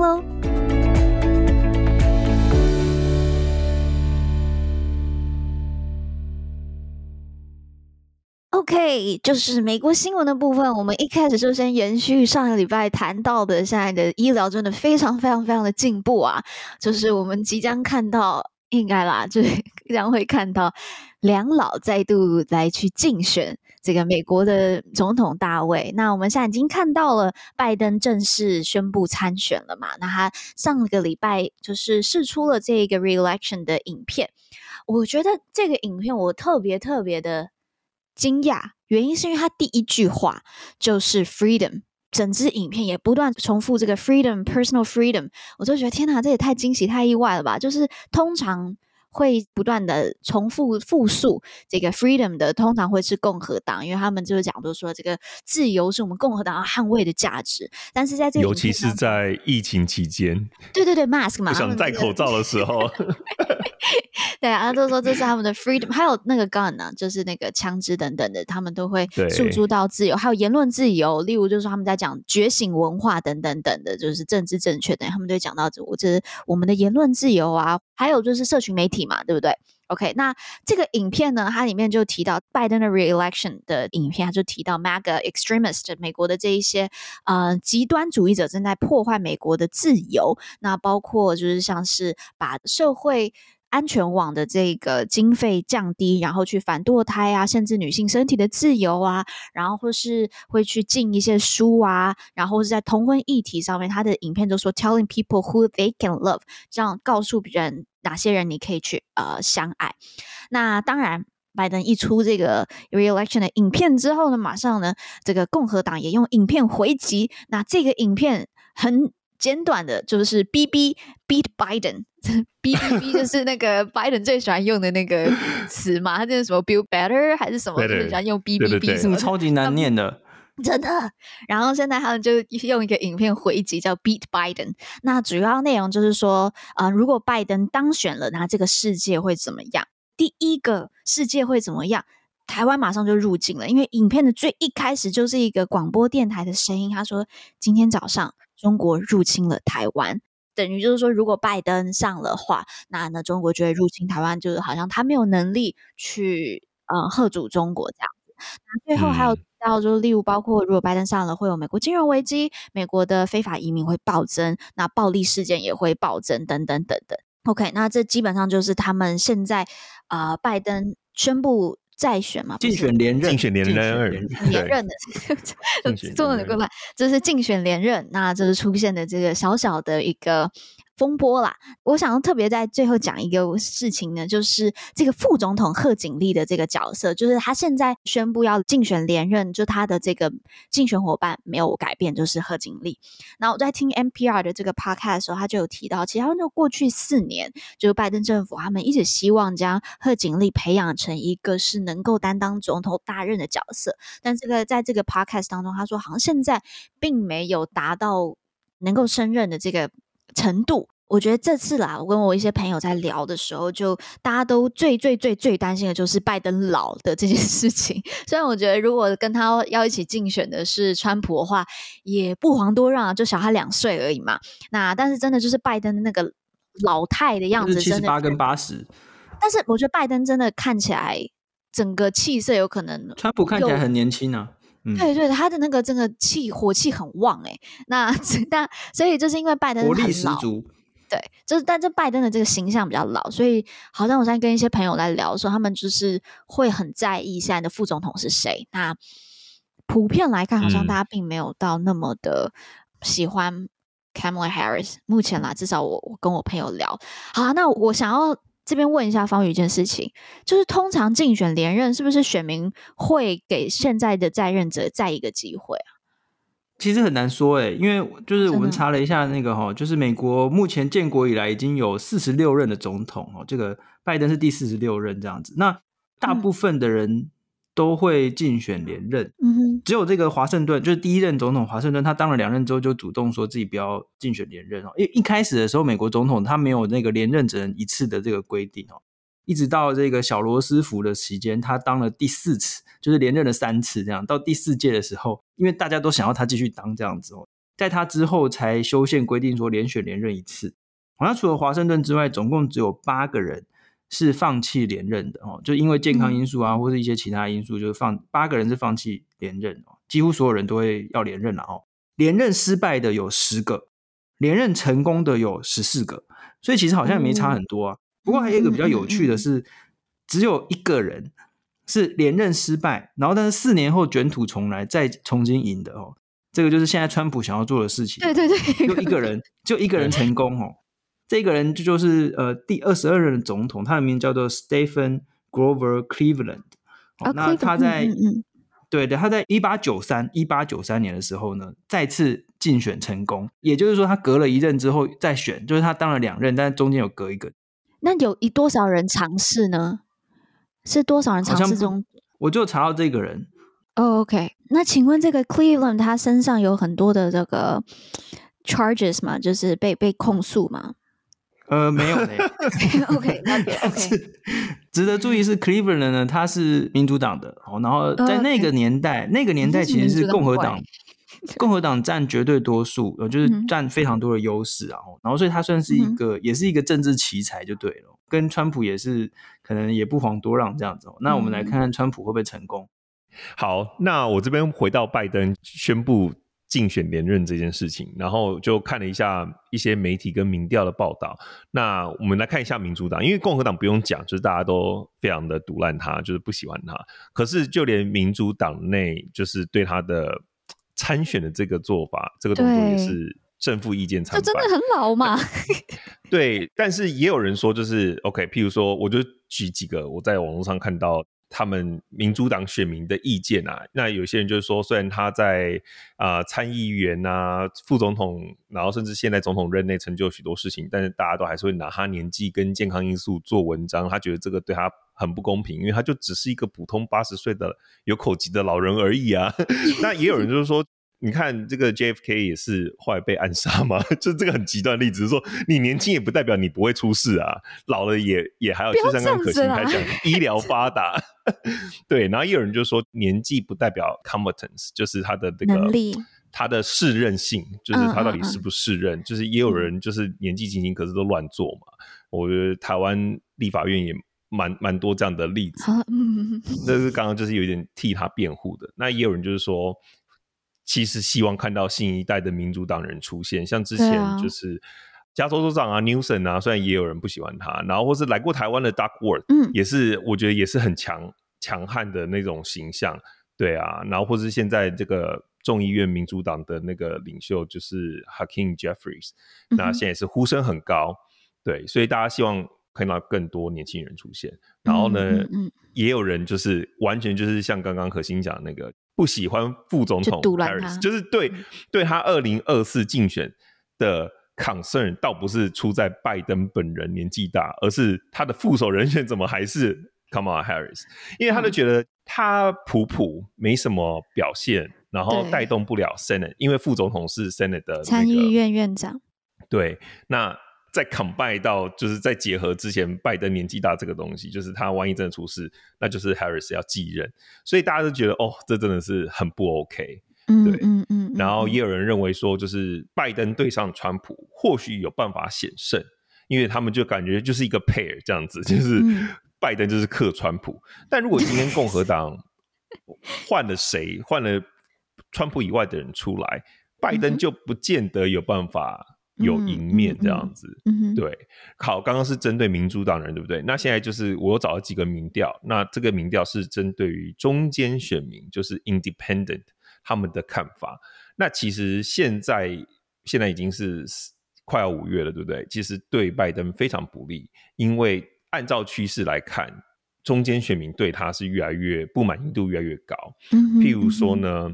咯。OK， OK， 就是美国新闻的部分，我们一开始就先延续上个礼拜谈到的，现在的医疗真的非常非常非常的进步啊，就是我们即将看到，应该啦，就是将会看到两老再度来去竞选这个美国的总统大位。那我们现在已经看到了拜登正式宣布参选了嘛，那他上个礼拜就是释出了这个 re-election 的影片，我觉得这个影片我特别的惊讶，原因是因为他第一句话就是 freedom， 整支影片也不断重复这个 freedom personal freedom， 我就觉得天哪，这也太惊喜太意外了吧，就是通常会不断的重复复述这个 freedom 的通常会是共和党，因为他们就是讲说这个自由是我们共和党要捍卫的价值，但是在这个尤其是在疫情期间， 对 mask 嘛， 不想戴口罩的时候对啊，他就说这是他们的 freedom， 还有那个 gun 啊，就是那个枪支等等的，他们都会诉诸到自由，还有言论自由，例如就是他们在讲觉醒文化等等等的，就是政治正确的，他们都会讲到这是我们的言论自由啊，还有就是社群媒体嘛，对不对？OK， 那这个影片呢，它里面就提到拜登的 re-election 的影片，它就提到 MAGA extremist 美国的这一些极端主义者正在破坏美国的自由，那包括就是像是把社会安全网的这个经费降低，然后去反堕胎啊，限制女性身体的自由啊，然后或是会去禁一些书啊，然后是在同婚议题上面，他的影片就说 telling people who they can love， 这样告诉别人哪些人你可以去相爱。那当然拜登一出这个 re-election 的影片之后呢，马上呢这个共和党也用影片回击，那这个影片很简短的就是 BB beat Biden BBB 就是那个 Biden 最喜欢用的那个词嘛，他就是什么 build better 还是什么，最喜欢用 BBB， 什么超级难念的， 真的。然后现在他们就用一个影片回击叫 beat Biden， 那主要内容就是说如果拜登当选了，那这个世界会怎么样？第一个世界会怎么样？台湾马上就入境了，因为影片的最一开始就是一个广播电台的声音，他说今天早上中国入侵了台湾，等于就是说如果拜登上了话，那中国就会入侵台湾，就是好像他没有能力去吓阻中国这样子。那最后还有提到就是例如包括如果拜登上了，会有美国金融危机，美国的非法移民会暴增，那暴力事件也会暴增等等等等。OK， 那这基本上就是他们现在拜登宣布再选嘛， 竞选连任的中文的规范，这是竞选连任，那这是出现的这个小小的一个风波啦。我想要特别在最后讲一个事情呢，就是这个副总统贺锦丽的这个角色，就是他现在宣布要竞选连任，就他的这个竞选伙伴没有改变，就是贺锦丽。那我在听 NPR 的这个 podcast 的时候，他就有提到，其实他们就过去4年，就是拜登政府他们一直希望将贺锦丽培养成一个是能够担当总统大任的角色，但这个在这个 podcast 当中，他说好像现在并没有达到能够胜任的这个程度。我觉得这次啦，我跟我一些朋友在聊的时候，就大家都最担心的就是拜登老的这件事情。虽然我觉得如果跟他要一起竞选的是川普的话，也不遑多让，就小他2岁而已嘛。那但是真的就是拜登的那个老态的样子， 就是78跟80。 但是我觉得拜登真的看起来整个气色有可能， 川普看起来很年轻啊。 对，他的那个真的火气很旺那所以就是因为拜登活力十足。 对，就是但是拜登的这个形象比较老，所以好像我现在跟一些朋友来聊的时候，他们就是会很在意现在的副总统是谁。那普遍来看，好像大家并没有到那么的喜欢 Kamala Harris。目前啦，至少我跟我朋友聊。好，那我想要这边问一下方宇一件事情，就是通常竞选连任，是不是选民会给现在的在任者再一个机会啊？ 其实很难说因为就是我们查了一下那个就是美国目前建国以来已经有46任的总统这个拜登是第46任这样子。那大部分的人都会竞选连任，只有这个华盛顿就是第一任总统华盛顿，他当了2任之后就主动说自己不要竞选连任因为一开始的时候美国总统他没有那个连任只能1次的这个规定一直到这个小罗斯福的期间，他当了第4次，就是连任了3次这样。到第4届的时候，因为大家都想要他继续当这样子在他之后才修宪规定说连选连任1次。那除了华盛顿之外，总共只有8个人是放弃连任的就因为健康因素啊，或是一些其他因素，就是8个人是放弃连任几乎所有人都会要连任连任失败的有10个，连任成功的有14个，所以其实好像也没差很多啊。不过还有一个比较有趣的是，只有1个人是连任失败，然后但是4年后卷土重来再重新赢的这个就是现在川普想要做的事情。 对， 就一个人成功这个人就是第22任的总统，他的名叫做 Stephen Grover Cleveland。那他在对，他在1893年的时候呢，再次竞选成功，也就是说他隔了1任之后再选，就是他当了2任，但是中间有隔一个。 那有多少人尝试呢？是多少人尝试中？ 我就查到这个人。 OK， 那请问这个 Cleveland 他身上有很多的这个 charges 吗？就是被控诉吗？ 没有嘞。 OK， 值得注意是 Cleveland 呢，他是民主党的然后在那个年代，其实是共和党占绝对多数，就是占非常多的优势然后所以他算是也是一个政治奇才就对了，跟川普也是可能也不遑多让这样子那我们来看看川普会不会成功。 好，那我这边回到拜登宣布竞选连任这件事情，然后就看了一下一些媒体跟民调的报道。那我们来看一下民主党，因为共和党不用讲，就是大家都非常的毒烂他，就是不喜欢他。可是就连民主党内，就是对他的参选的这个做法，这个动作也是正负意见参半。 这真的很老嘛？ 对，但是也有人说就是 OK， 譬如说我就举几个我在网络上看到他们民主党选民的意见啊，那有些人就是说，虽然他在参议员啊、副总统，然后甚至现在总统任内成就许多事情，但是大家都还是会拿他年纪跟健康因素做文章，他觉得这个对他很不公平，因为他就只是一个普通80岁的有口疾的老人而已啊。那也有人就是说，你看这个 JFK 也是后来被暗杀嘛，就这个很极端的例子，是说你年轻也不代表你不会出事啊，老了也还有，就像刚刚可心还讲医疗发达对，然后也有人就说年纪不代表 competence， 就是他的这个能力，他的适任性，就是他到底适不适任，就是也有人就是年纪轻轻可是都乱做嘛。我觉得台湾立法院也蛮多这样的例子，这是刚刚就是有点替他辩护的。那也有人就是说其实希望看到新一代的民主党人出现，像之前就是加州州长啊 Newsom 啊，虽然也有人不喜欢他，然后或是来过台湾的 Doug Ward，也是我觉得也是很强悍的那种形象，对啊，然后或是现在这个众议院民主党的那个领袖就是 Hakeem Jeffries，那现在也是呼声很高，对，所以大家希望看到更多年轻人出现。然后呢，也有人就是完全就是像刚刚可心讲的那个不喜欢副总统 Harris， 就是对他2024竞选的 concern 倒不是出在拜登本人年纪大，而是他的副手人选怎么还是 Kamala Harris， 因为他就觉得他普没什么表现，然后带动不了 Senate， 因为副总统是 Senate 的参议院院长， 对，那再 combine 到就是再结合之前拜登年纪大这个东西，就是他万一真的出事，那就是 Harris 要继任，所以大家都觉得这真的是很不 OK。对，然后也有人认为说，就是拜登对上川普或许有办法险胜，因为他们就感觉就是一个 pair 这样子，就是拜登就是克川普。但如果今天共和党换了谁，换了川普以外的人出来，拜登就不见得有办法有赢面这样子。对，好，刚刚是针对民主党人对不对？那现在就是我有找到几个民调，那这个民调是针对于中间选民，就是 independent 他们的看法。那其实现在已经是快要5月了对不对？其实对拜登非常不利，因为按照趋势来看，中间选民对他是越来越不满意度越来越高。譬如说呢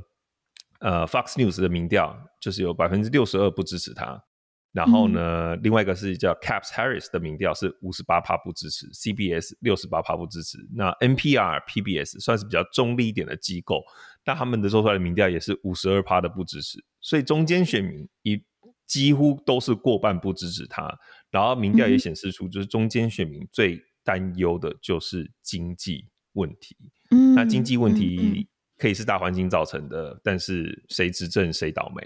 Fox News 的民调就是有 62% 不支持他，然后呢另外一个是叫 Caps Harris 的民调是 58% 不支持， CBS 68% 不支持，那 NPR、PBS 算是比较中立一点的机构，但他们的做出来的民调也是 52% 的不支持，所以中间选民几乎都是过半不支持他。然后民调也显示出就是中间选民最担忧的就是经济问题。那经济问题可以是大环境造成的，但是谁执政谁倒霉，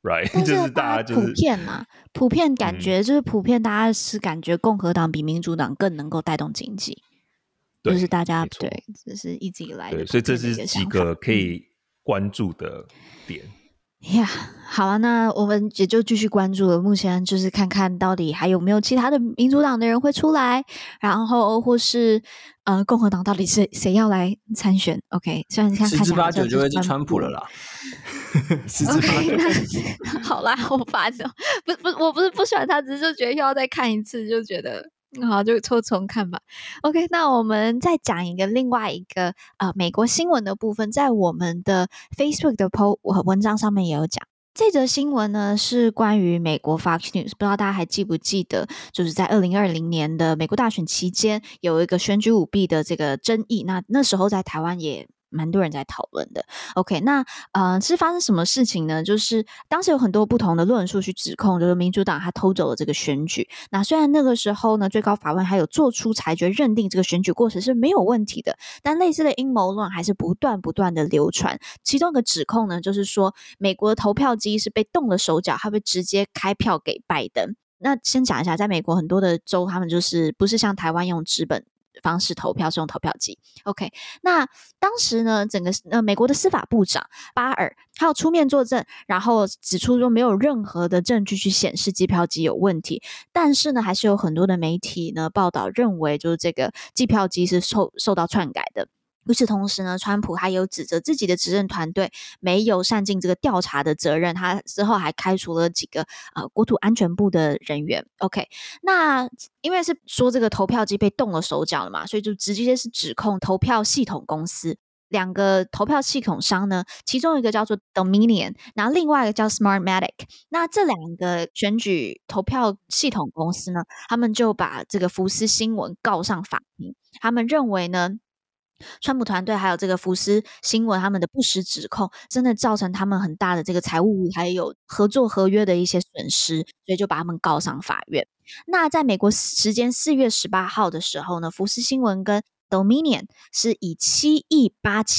right？ 但就是大家就是普遍嘛，普遍感觉就是普遍大家是感觉共和党比民主党更能够带动经济，就是大家对，这是一直以来的， 对，所以这是几个可以关注的点。 呀、好啊，那我们也就继续关注了。目前就是看看到底还有没有其他的民主党的人会出来，然后或是共和党到底是谁要来参选 ？OK， 虽然看 10之8九就会是川普了啦。10之8九， 好啦，好烦哦！我不是不喜欢他，只是就觉得又要再看一次，就觉得好就抽重看吧。OK， 那我们再讲另外一个美国新闻的部分，在我们的 Facebook 的 po 文章上面也有讲。这则新闻呢是关于美国 Fox News， 不知道大家还记不记得，就是在2020年的美国大选期间，有一个选举舞弊的这个争议，那时候在台湾也蛮多人在讨论的。 OK， 那是发生什么事情呢？就是当时有很多不同的论述去指控，就是民主党他偷走了这个选举。那虽然那个时候呢，最高法院还有做出裁决，认定这个选举过程是没有问题的，但类似的阴谋论还是不断的流传。其中一个指控呢，就是说美国的投票机是被动了手脚，它会直接开票给拜登。那先讲一下，在美国很多的州，他们就是不是像台湾用纸本方式投票，是用投票机。 OK， 那当时呢，整个美国的司法部长巴尔他要出面作证，然后指出说没有任何的证据去显示计票机有问题，但是呢还是有很多的媒体呢报道认为就是这个计票机是受到篡改的。与此同时呢，川普他有指责自己的执政团队没有善尽这个调查的责任，他之后还开除了几个国土安全部的人员。 OK， 那因为是说这个投票机被动了手脚了嘛，所以就直接是指控投票系统公司。两个投票系统商呢，其中一个叫做 Dominion， 然后另外一个叫 Smartmatic。 那这两个选举投票系统公司呢，他们就把这个福斯新闻告上法庭。他们认为呢，川普团队还有这个福斯新闻他们的不实指控真的造成他们很大的这个财务还有合作合约的一些损失，所以就把他们告上法院。那在美国时间4月18号的时候呢，福斯新闻跟 Dominion 是以7亿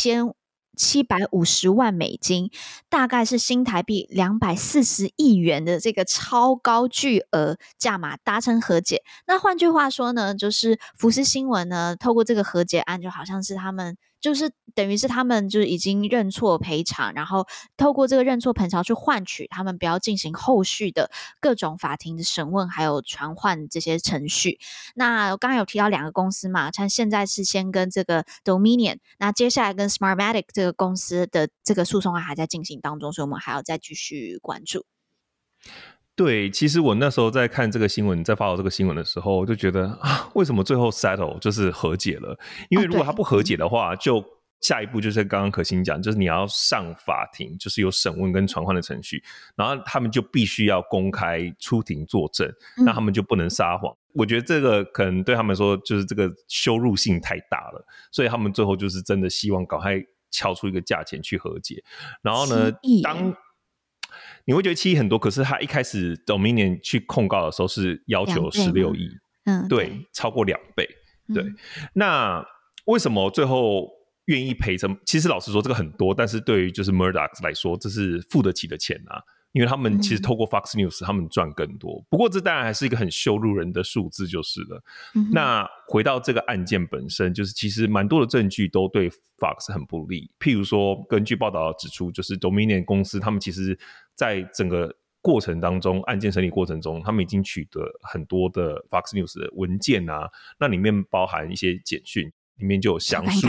8750万美金，大概是新台币240亿元的这个超高巨额价码达成和解。那换句话说呢，就是福斯新闻呢透过这个和解案，就好像是他们就是等于是他们就是已经认错赔偿，然后透过这个认错赔偿去换取他们不要进行后续的各种法庭的审问还有传唤这些程序。那我刚刚有提到两个公司嘛，像现在是先跟这个 Dominion， 那接下来跟 Smartmatic 这个公司的这个诉讼案还在进行当中，所以我们还要再继续关注。 对，其实我那时候在看这个新闻，在发到这个新闻的时候，我就觉得为什么最后 settle 就是和解了？因为如果他不和解的话，就下一步就是刚刚可心讲，就是你要上法庭，就是有审问跟传唤的程序，然后他们就必须要公开出庭作证，那他们就不能撒谎。我觉得这个可能对他们说，就是这个羞辱性太大了，所以他们最后就是真的希望赶快敲出一个价钱去和解。然后呢，当你会觉得7亿很多，可是他一开始 Dominion 去控告的时候是要求16亿，对，超过2倍。对，那为什么最后愿意赔成？其实老实说，这个很多，但是对于就是 Murdoch 来说，这是付得起的钱啊，因为他们其实透过 Fox News 他们赚更多。不过这当然还是一个很羞辱人的数字就是了。那回到这个案件本身，就是其实蛮多的证据都对 Fox 很不利。譬如说，根据报道指出，就是 Dominion 公司他们其实在整个过程当中，案件审理过程中，他们已经取得很多的 Fox News 的文件啊，那里面包含一些简讯，里面就有详述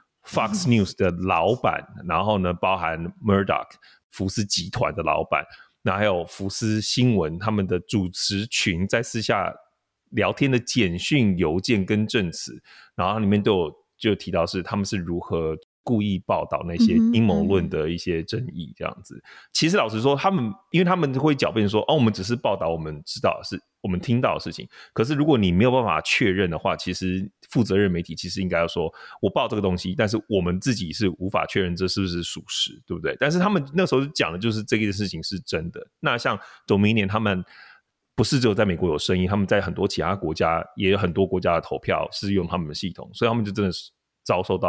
Fox News 的老板，然后呢，包含 Murdoch 福斯集团的老板，那还有福斯新闻他们的主持群在私下聊天的简讯、邮件跟证词，然后里面都有就提到是他们是如何故意报道那些阴谋论的一些争议这样子。其实老实说，因为他们会狡辩说，我们只是报道我们知道的事，我们听到的事情。可是如果你没有办法确认的话，其实负责任媒体其实应该要说，我报这个东西，但是我们自己是无法确认这是不是属实，对不对？但是他们那时候讲的就是这件事情是真的。那像 Dominion 他们不是只有在美国有声音，他们在很多其他国家也有很多国家的投票是用他们的系统，所以他们就真的是遭受到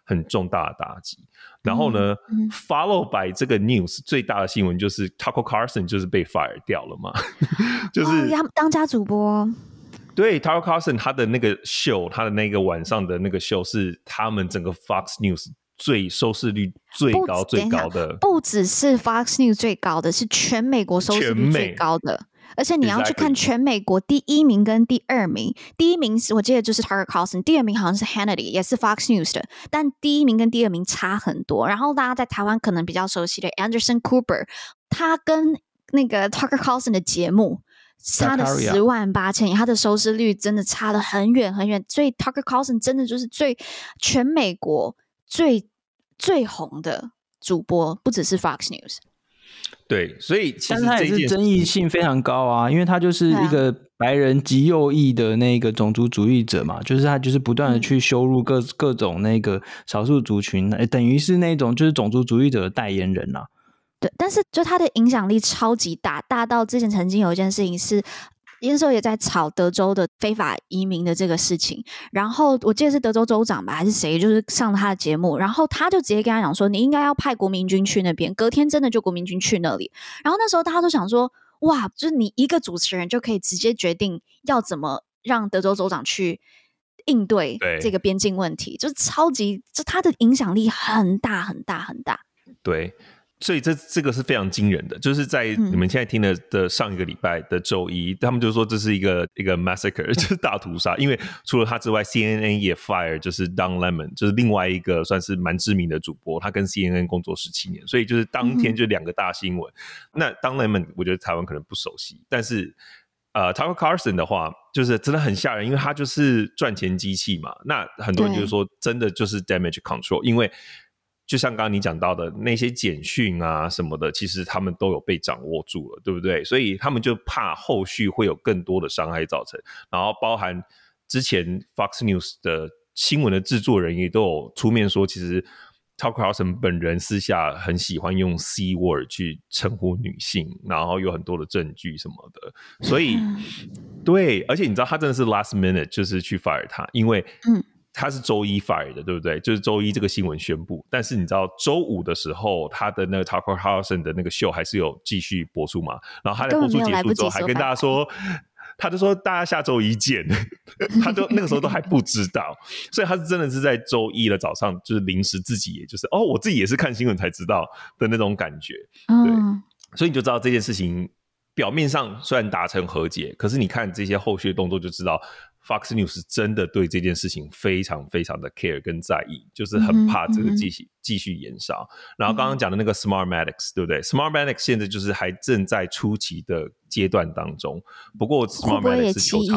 很重大的打击。然后呢follow by 这个 news 最大的新闻就是 Tucker Carlson 就是被 fire 掉了嘛就是当家主播。 对 Tucker Carlson 他的那个秀，他的那个晚上的那个秀是他们整个 Fox News 最收视率最高的， 不只是 Fox News 最高的，是全美国收视率最高的。而且你要去看全美国第1名跟第2名，第1名我记得就是 Tucker Carlson， 第2名好像是 Hannity， 也是 Fox News 的，但第1名跟第2名差很多。然后大家在台湾可能比较熟悉的 Anderson Cooper， 他跟那个 Tucker Carlson 的节目差了108000，他的收视率真的差得很远很远，所以 Tucker Carlson 真的就是全美国最红的主播，不只是 Fox News。 对，所以其实但是他也是争议性非常高啊，因为他就是一个白人极右翼的那个种族主义者嘛，就是他就是不断的去羞辱各种那个少数族群，等于是那种就是种族主义者的代言人啊。 对，但是就他的影响力超级大到之前曾经有一件事情是。那时候也在吵德州的非法移民的这个事情，然后我记得是德州州长吧还是谁，就是上他的节目，然后他就直接跟他讲说你应该要派国民军去那边，隔天真的就国民军去那里。然后那时候大家都想说哇，就是你一个主持人就可以直接决定要怎么让德州州长去应对这个边境问题，就是超级，就他的影响力很大很大很大。 对，所以这个是非常惊人的，就是在你们现在听的上一个礼拜的周一，他们就说这是一个 massacre， 就是大屠杀。因为除了他之外 CNN 也 fire 就是 Don Lemon， 就是另外一个算是蛮知名的主播，他跟 CNN 工作17年，所以就是当天就2个大新闻。那 Don Lemon 我觉得台湾可能不熟悉，但是Tucker Carlson 的话就是真的很吓人，因为他就是赚钱机器嘛。那很多人就说真的就是 damage control， 因为就像刚刚你讲到的那些简讯啊什么的，其实他们都有被掌握住了，对不对？所以他们就怕后续会有更多的伤害造成，然后包含之前 Fox News 的新闻的制作人也都有出面说，其实 Tucker Carlson 本人私下很喜欢用 C word 去称呼女性，然后有很多的证据什么的，所以对，而且你知道他真的是 last minute 就是去 fire 他，因为他是周一 fire 的，对不对？就是周一这个新闻宣布，但是你知道周五的时候，他的那个 Tucker Carlson 的那个秀还是有继续播出嘛？然后他在播出结束之后，还跟大家说，他就说大家下周一见，他就那个时候都还不知道，所以他是真的是在周一的早上，就是临时自己也就是我自己也是看新闻才知道的那种感觉，对，所以你就知道这件事情表面上虽然达成和解，可是你看这些后续的动作就知道。Fox News 真的对这件事情非常非常的 care 跟在意，就是很怕这个继续延烧。然后刚刚讲的那个 Smartmatic 对不对？ Smartmatic 现在就是还正在初期的阶段当中，不过 Smartmatic 是球场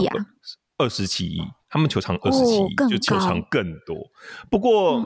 27亿，他们球场27亿，就球场更多。不过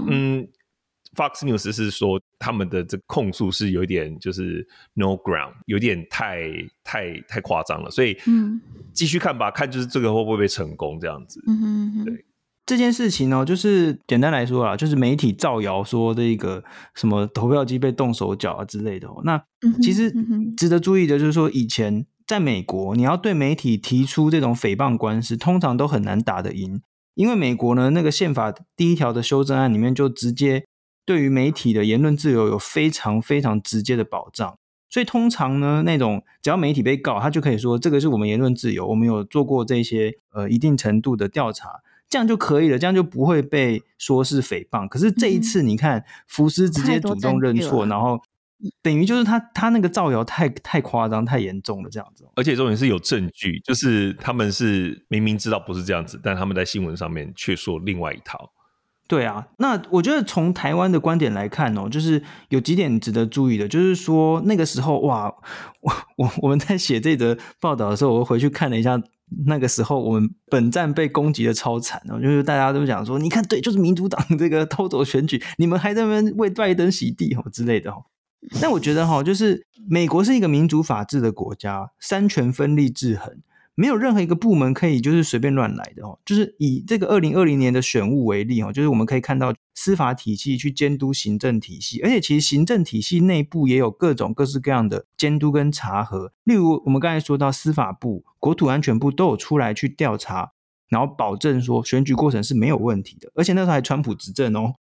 Fox News 是说他们的这控诉是有点就是 no ground， 有点太夸张了，所以继续看吧，看就是这个会不会成功这样子。对， 这件事情呢，就是简单来说啦，就是媒体造谣说这个什么投票机被动手脚啊之类的。那其实值得注意的就是说，以前在美国，你要对媒体提出这种诽谤官司，通常都很难打得赢，因为美国呢那个宪法第1条的修正案里面就直接对于媒体的言论自由有非常非常直接的保障，所以通常呢，那种只要媒体被告，他就可以说这个是我们言论自由，我们有做过这些一定程度的调查，这样就可以了，这样就不会被说是诽谤。可是这一次你看，福斯直接主动认错，然后等于就是他那个造谣太夸张、太严重了这样子。 而且重点是有证据，就是他们是明明知道不是这样子，但他们在新闻上面却说另外一套。 对啊，那我觉得从台湾的观点来看就是有几点值得注意的，就是说那个时候哇，我们在写这则报道的时候，我回去看了一下，那个时候我们本站被攻击的超惨就是大家都讲说，你看对，就是民主党这个偷走选举，你们还在那边为拜登洗地之类的。但我觉得就是美国是一个民主法治的国家，三权分立制衡。没有任何一个部门可以就是随便乱来的就是以这个2020年的选务为例就是我们可以看到司法体系去监督行政体系，而且其实行政体系内部也有各式各样的监督跟查核，例如我们刚才说到司法部、国土安全部都有出来去调查，然后保证说选举过程是没有问题的，而且那时候还川普执政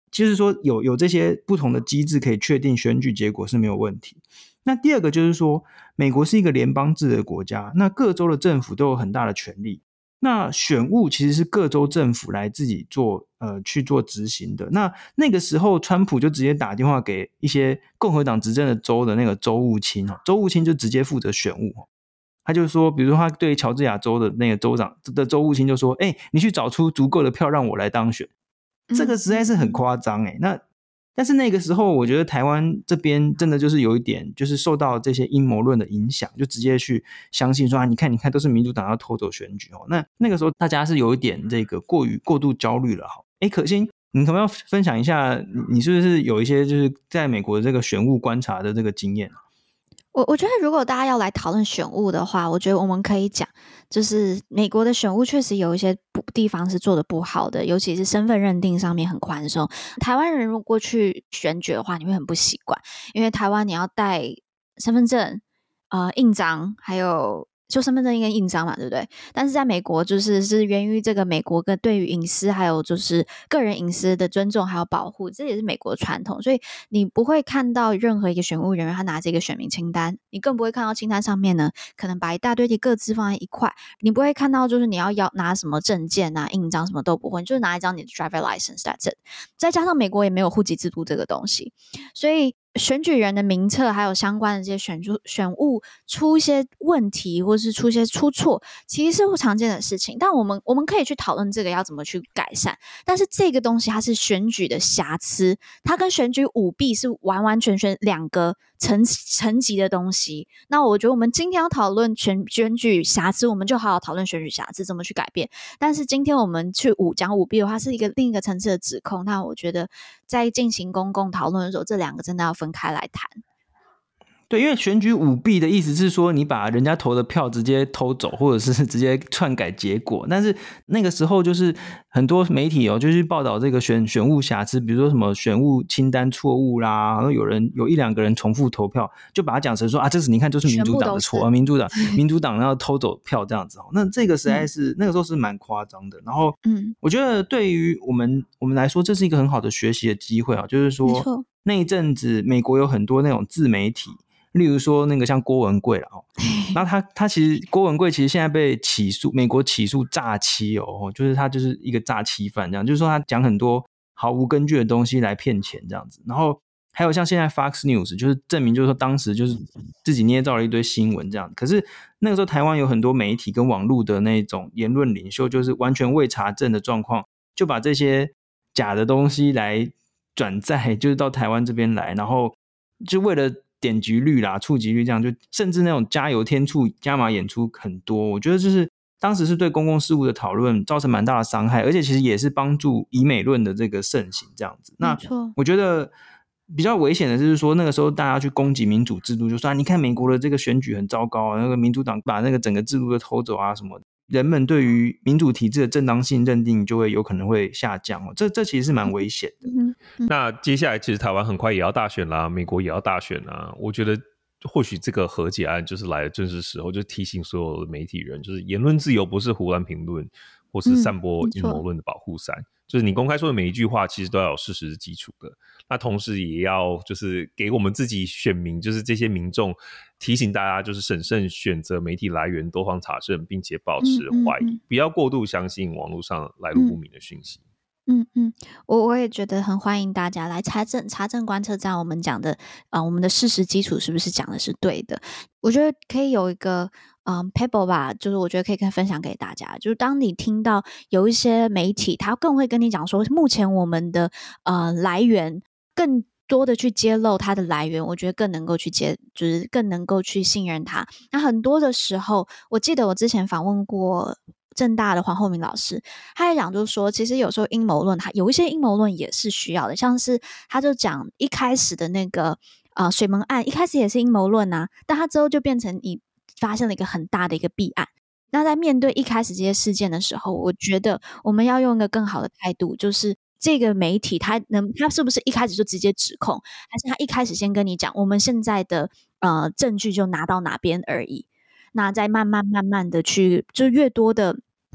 就是说有这些不同的机制可以确定选举结果是没有问题。那第二个就是说，美国是一个联邦制的国家，那各州的政府都有很大的权力，那选务其实是各州政府来自己去做执行的。那个时候川普就直接打电话给一些共和党执政的州的那个州务卿，州务卿就直接负责选务。他就说，比如说他对乔治亚州的那个州长的州务卿就说，你去找出足够的票让我来当选。这个实在是很夸张但是那个时候我觉得台湾这边真的就是有一点就是受到这些阴谋论的影响，就直接去相信说你看都是民主党要偷走选举那个时候大家是有一点这个过度焦虑了可欣，你可不可以分享一下你是不是有一些就是在美国的这个选务观察的这个经验？ 我觉得如果大家要来讨论选务的话，我觉得我们可以讲，就是美国的选务确实有一些地方是做的不好的，尤其是身份认定上面很宽松。台湾人如果去选举的话，你会很不习惯，因为台湾你要带身份证、印章，还有就身份证跟印章嘛，对不对？但是在美国是源于这个美国跟对于隐私还有就是个人隐私的尊重还有保护，这也是美国的传统，所以你不会看到任何一个选务人员他拿着一个选民清单，你更不会看到清单上面呢可能把一大堆的个资放在一块，你不会看到就是你要拿什么证件啊印章什么都不会，你就是拿一张你的 driver license that's it。 再加上美国也没有户籍制度这个东西，所以选举人的名册还有相关的这些选务出一些问题或是出一些出错，其实是常见的事情，但我们可以去讨论这个要怎么去改善。但是这个东西它是选举的瑕疵，它跟选举舞弊是完完全全两个层级的东西。那我觉得我们今天要讨论选举瑕疵，我们就好好讨论选举瑕疵怎么去改变。但是今天我们去讲舞弊的话，是另一个层次的指控。那我觉得在进行公共讨论的时候，这两个真的要分开来谈。 对，因为选举舞弊的意思是说你把人家投的票直接偷走，或者是直接篡改结果。但是那个时候就是很多媒体就去报道这个选务瑕疵，比如说什么选务清单错误啦，然后有一两个人重复投票，就把它讲成说这是你看就是民主党的错，民主党要偷走票这样子。那这个实在是那个时候是蛮夸张的。然后我觉得对于我们来说，这是一个很好的学习的机会就是说那一阵子美国有很多那种自媒体，例如说那个像郭文贵那他其实郭文贵其实现在被美国起诉诈欺就是他就是一个诈欺犯这样，就是说他讲很多毫无根据的东西来骗钱这样子。然后还有像现在 Fox News 就是证明就是说当时就是自己捏造了一堆新闻这样。可是那个时候台湾有很多媒体跟网络的那种言论领袖，就是完全未查证的状况，就把这些假的东西来转载，就是到台湾这边来，然后就为了点击率啦触及率这样，就甚至那种加油添醋加码演出很多。我觉得就是当时是对公共事务的讨论造成蛮大的伤害，而且其实也是帮助以美论的这个盛行这样子。那我觉得比较危险的就是说那个时候大家去攻击民主制度，就说你看美国的这个选举很糟糕那个民主党把那个整个制度都偷走什么的，人们对于民主体制的正当性认定就会有可能会下降这其实是蛮危险的。 那接下来其实台湾很快也要大选啦，美国也要大选啦，我觉得或许这个和解案就是来的正是时候，就提醒所有的媒体人，就是言论自由不是胡乱评论或是散播阴谋论的保护伞，就是你公开说的每一句话其实都要有事实基础的。那同时也要就是给我们自己选民，就是这些民众提醒大家，就是审慎选择媒体来源，多方查证，并且保持怀疑，不要过度相信网络上来路不明的讯息。 我也觉得很欢迎大家来查证观测站我们讲的我们的事实基础是不是讲的是对的。我觉得可以有一个paper 吧，就是我觉得可以分享给大家，就是当你听到有一些媒体他更会跟你讲说目前我们的来源更多的去揭露它的来源，我觉得更能够去就是更能够去信任它。那很多的时候我记得我之前访问过政大的黄厚明老师，他也讲就是说其实有时候阴谋论他有一些阴谋论也是需要的，像是他就讲一开始的那个水门案一开始也是阴谋论但他之后就变成你发现了一个很大的一个弊案。那在面对一开始这些事件的时候，我觉得我们要用一个更好的态度，就是这个媒体他是不是一开始就直接指控，还是他一开始先跟你讲我们现在的证据就拿到哪边而已，那再慢慢的去就越多的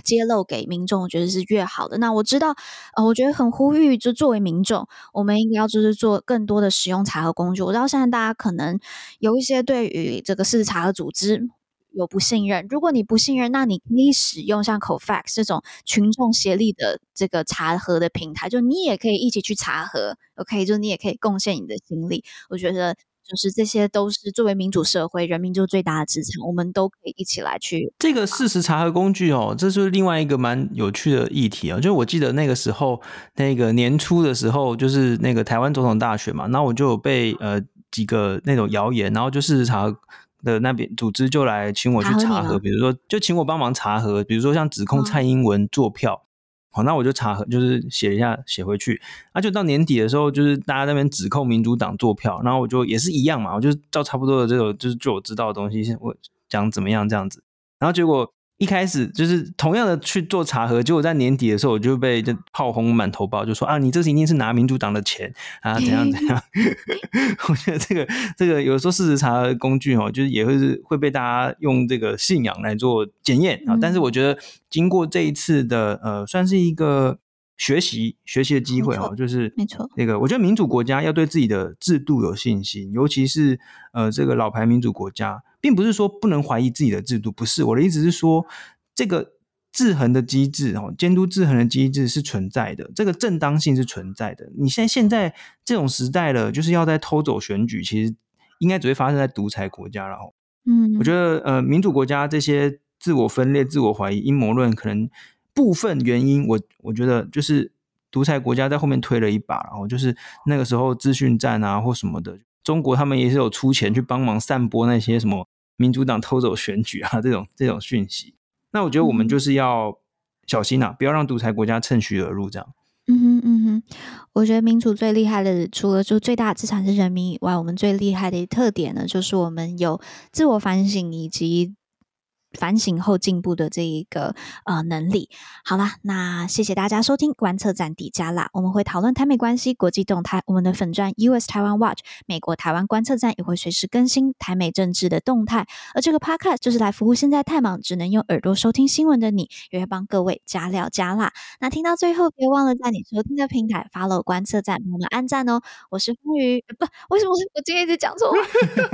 揭露给民众，我觉得是越好的。那我知道我觉得很呼吁，就作为民众，我们应该要就是做更多的使用查核工具。我知道现在大家可能有一些对于这个事实查核组织有不信任，如果你不信任，那你可以使用像 Cofax 这种群众协力的这个查核的平台，就你也可以一起去查核 OK， 就你也可以贡献你的心力。我觉得就是这些都是作为民主社会，人民就是最大的资产，我们都可以一起来去这个事实查核工具这就是另外一个蛮有趣的议题就是我记得那个时候那个年初的时候，就是那个台湾总统大选嘛，然后我就有被几个那种谣言，然后就事实查核的那边组织就来请我去查核，比如说就请我帮忙查核，比如说像指控蔡英文作票，好，那我就查核，就是写一下写回去，就到年底的时候，就是大家在那边指控民主党作票，然后我就也是一样嘛，我就照差不多的这种就我知道的东西，我讲怎么样这样子，然后结果一开始就是同样的去做查核，结果在年底的时候我就被炮轰满头包，就说你这一定是拿民主党的钱怎样怎样我觉得这个有时候事实查核工具就是也会被大家用这个信仰来做检验但是我觉得经过这一次的算是一个学习的机会就是没错， 那个我觉得民主国家要对自己的制度有信心，尤其是这个老牌民主国家，并不是说不能怀疑自己的制度，不是，我的意思是说这个制衡的机制监督制衡的机制是存在的，这个正当性是存在的。你现在这种时代了，就是要在偷走选举，其实应该只会发生在独裁国家了我觉得民主国家这些自我分裂、自我怀疑、阴谋论可能部分原因我觉得就是独裁国家在后面推了一把，然后就是那个时候资讯战或什么的，中国他们也是有出钱去帮忙散播那些什么民主党偷走选举这种讯息。那我觉得我们就是要小心不要让独裁国家趁虚而入这样。 我觉得民主最厉害的，除了就最大的资产是人民以外，我们最厉害的特点呢，就是我们有自我反省以及反省后进步的这一个能力。好啦，那谢谢大家收听观测站底加辣，我们会讨论台美关系、国际动态，我们的粉专 US Taiwan Watch 美国台湾观测站也会随时更新台美政治的动态，而这个 podcast 就是来服务现在太忙只能用耳朵收听新闻的你，也会帮各位加料加辣。那听到最后别忘了在你收听的平台 follow 观测站，我们按赞哦。我是风鱼，不，为什么我今天一直讲错话好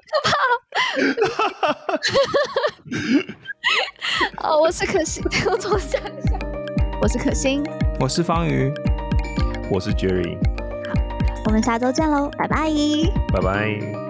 可怕我是可心，我重讲一下，我是可心， 我是方瑜， 我是 Jerry， 好，我们下周见喽，拜拜， 拜拜。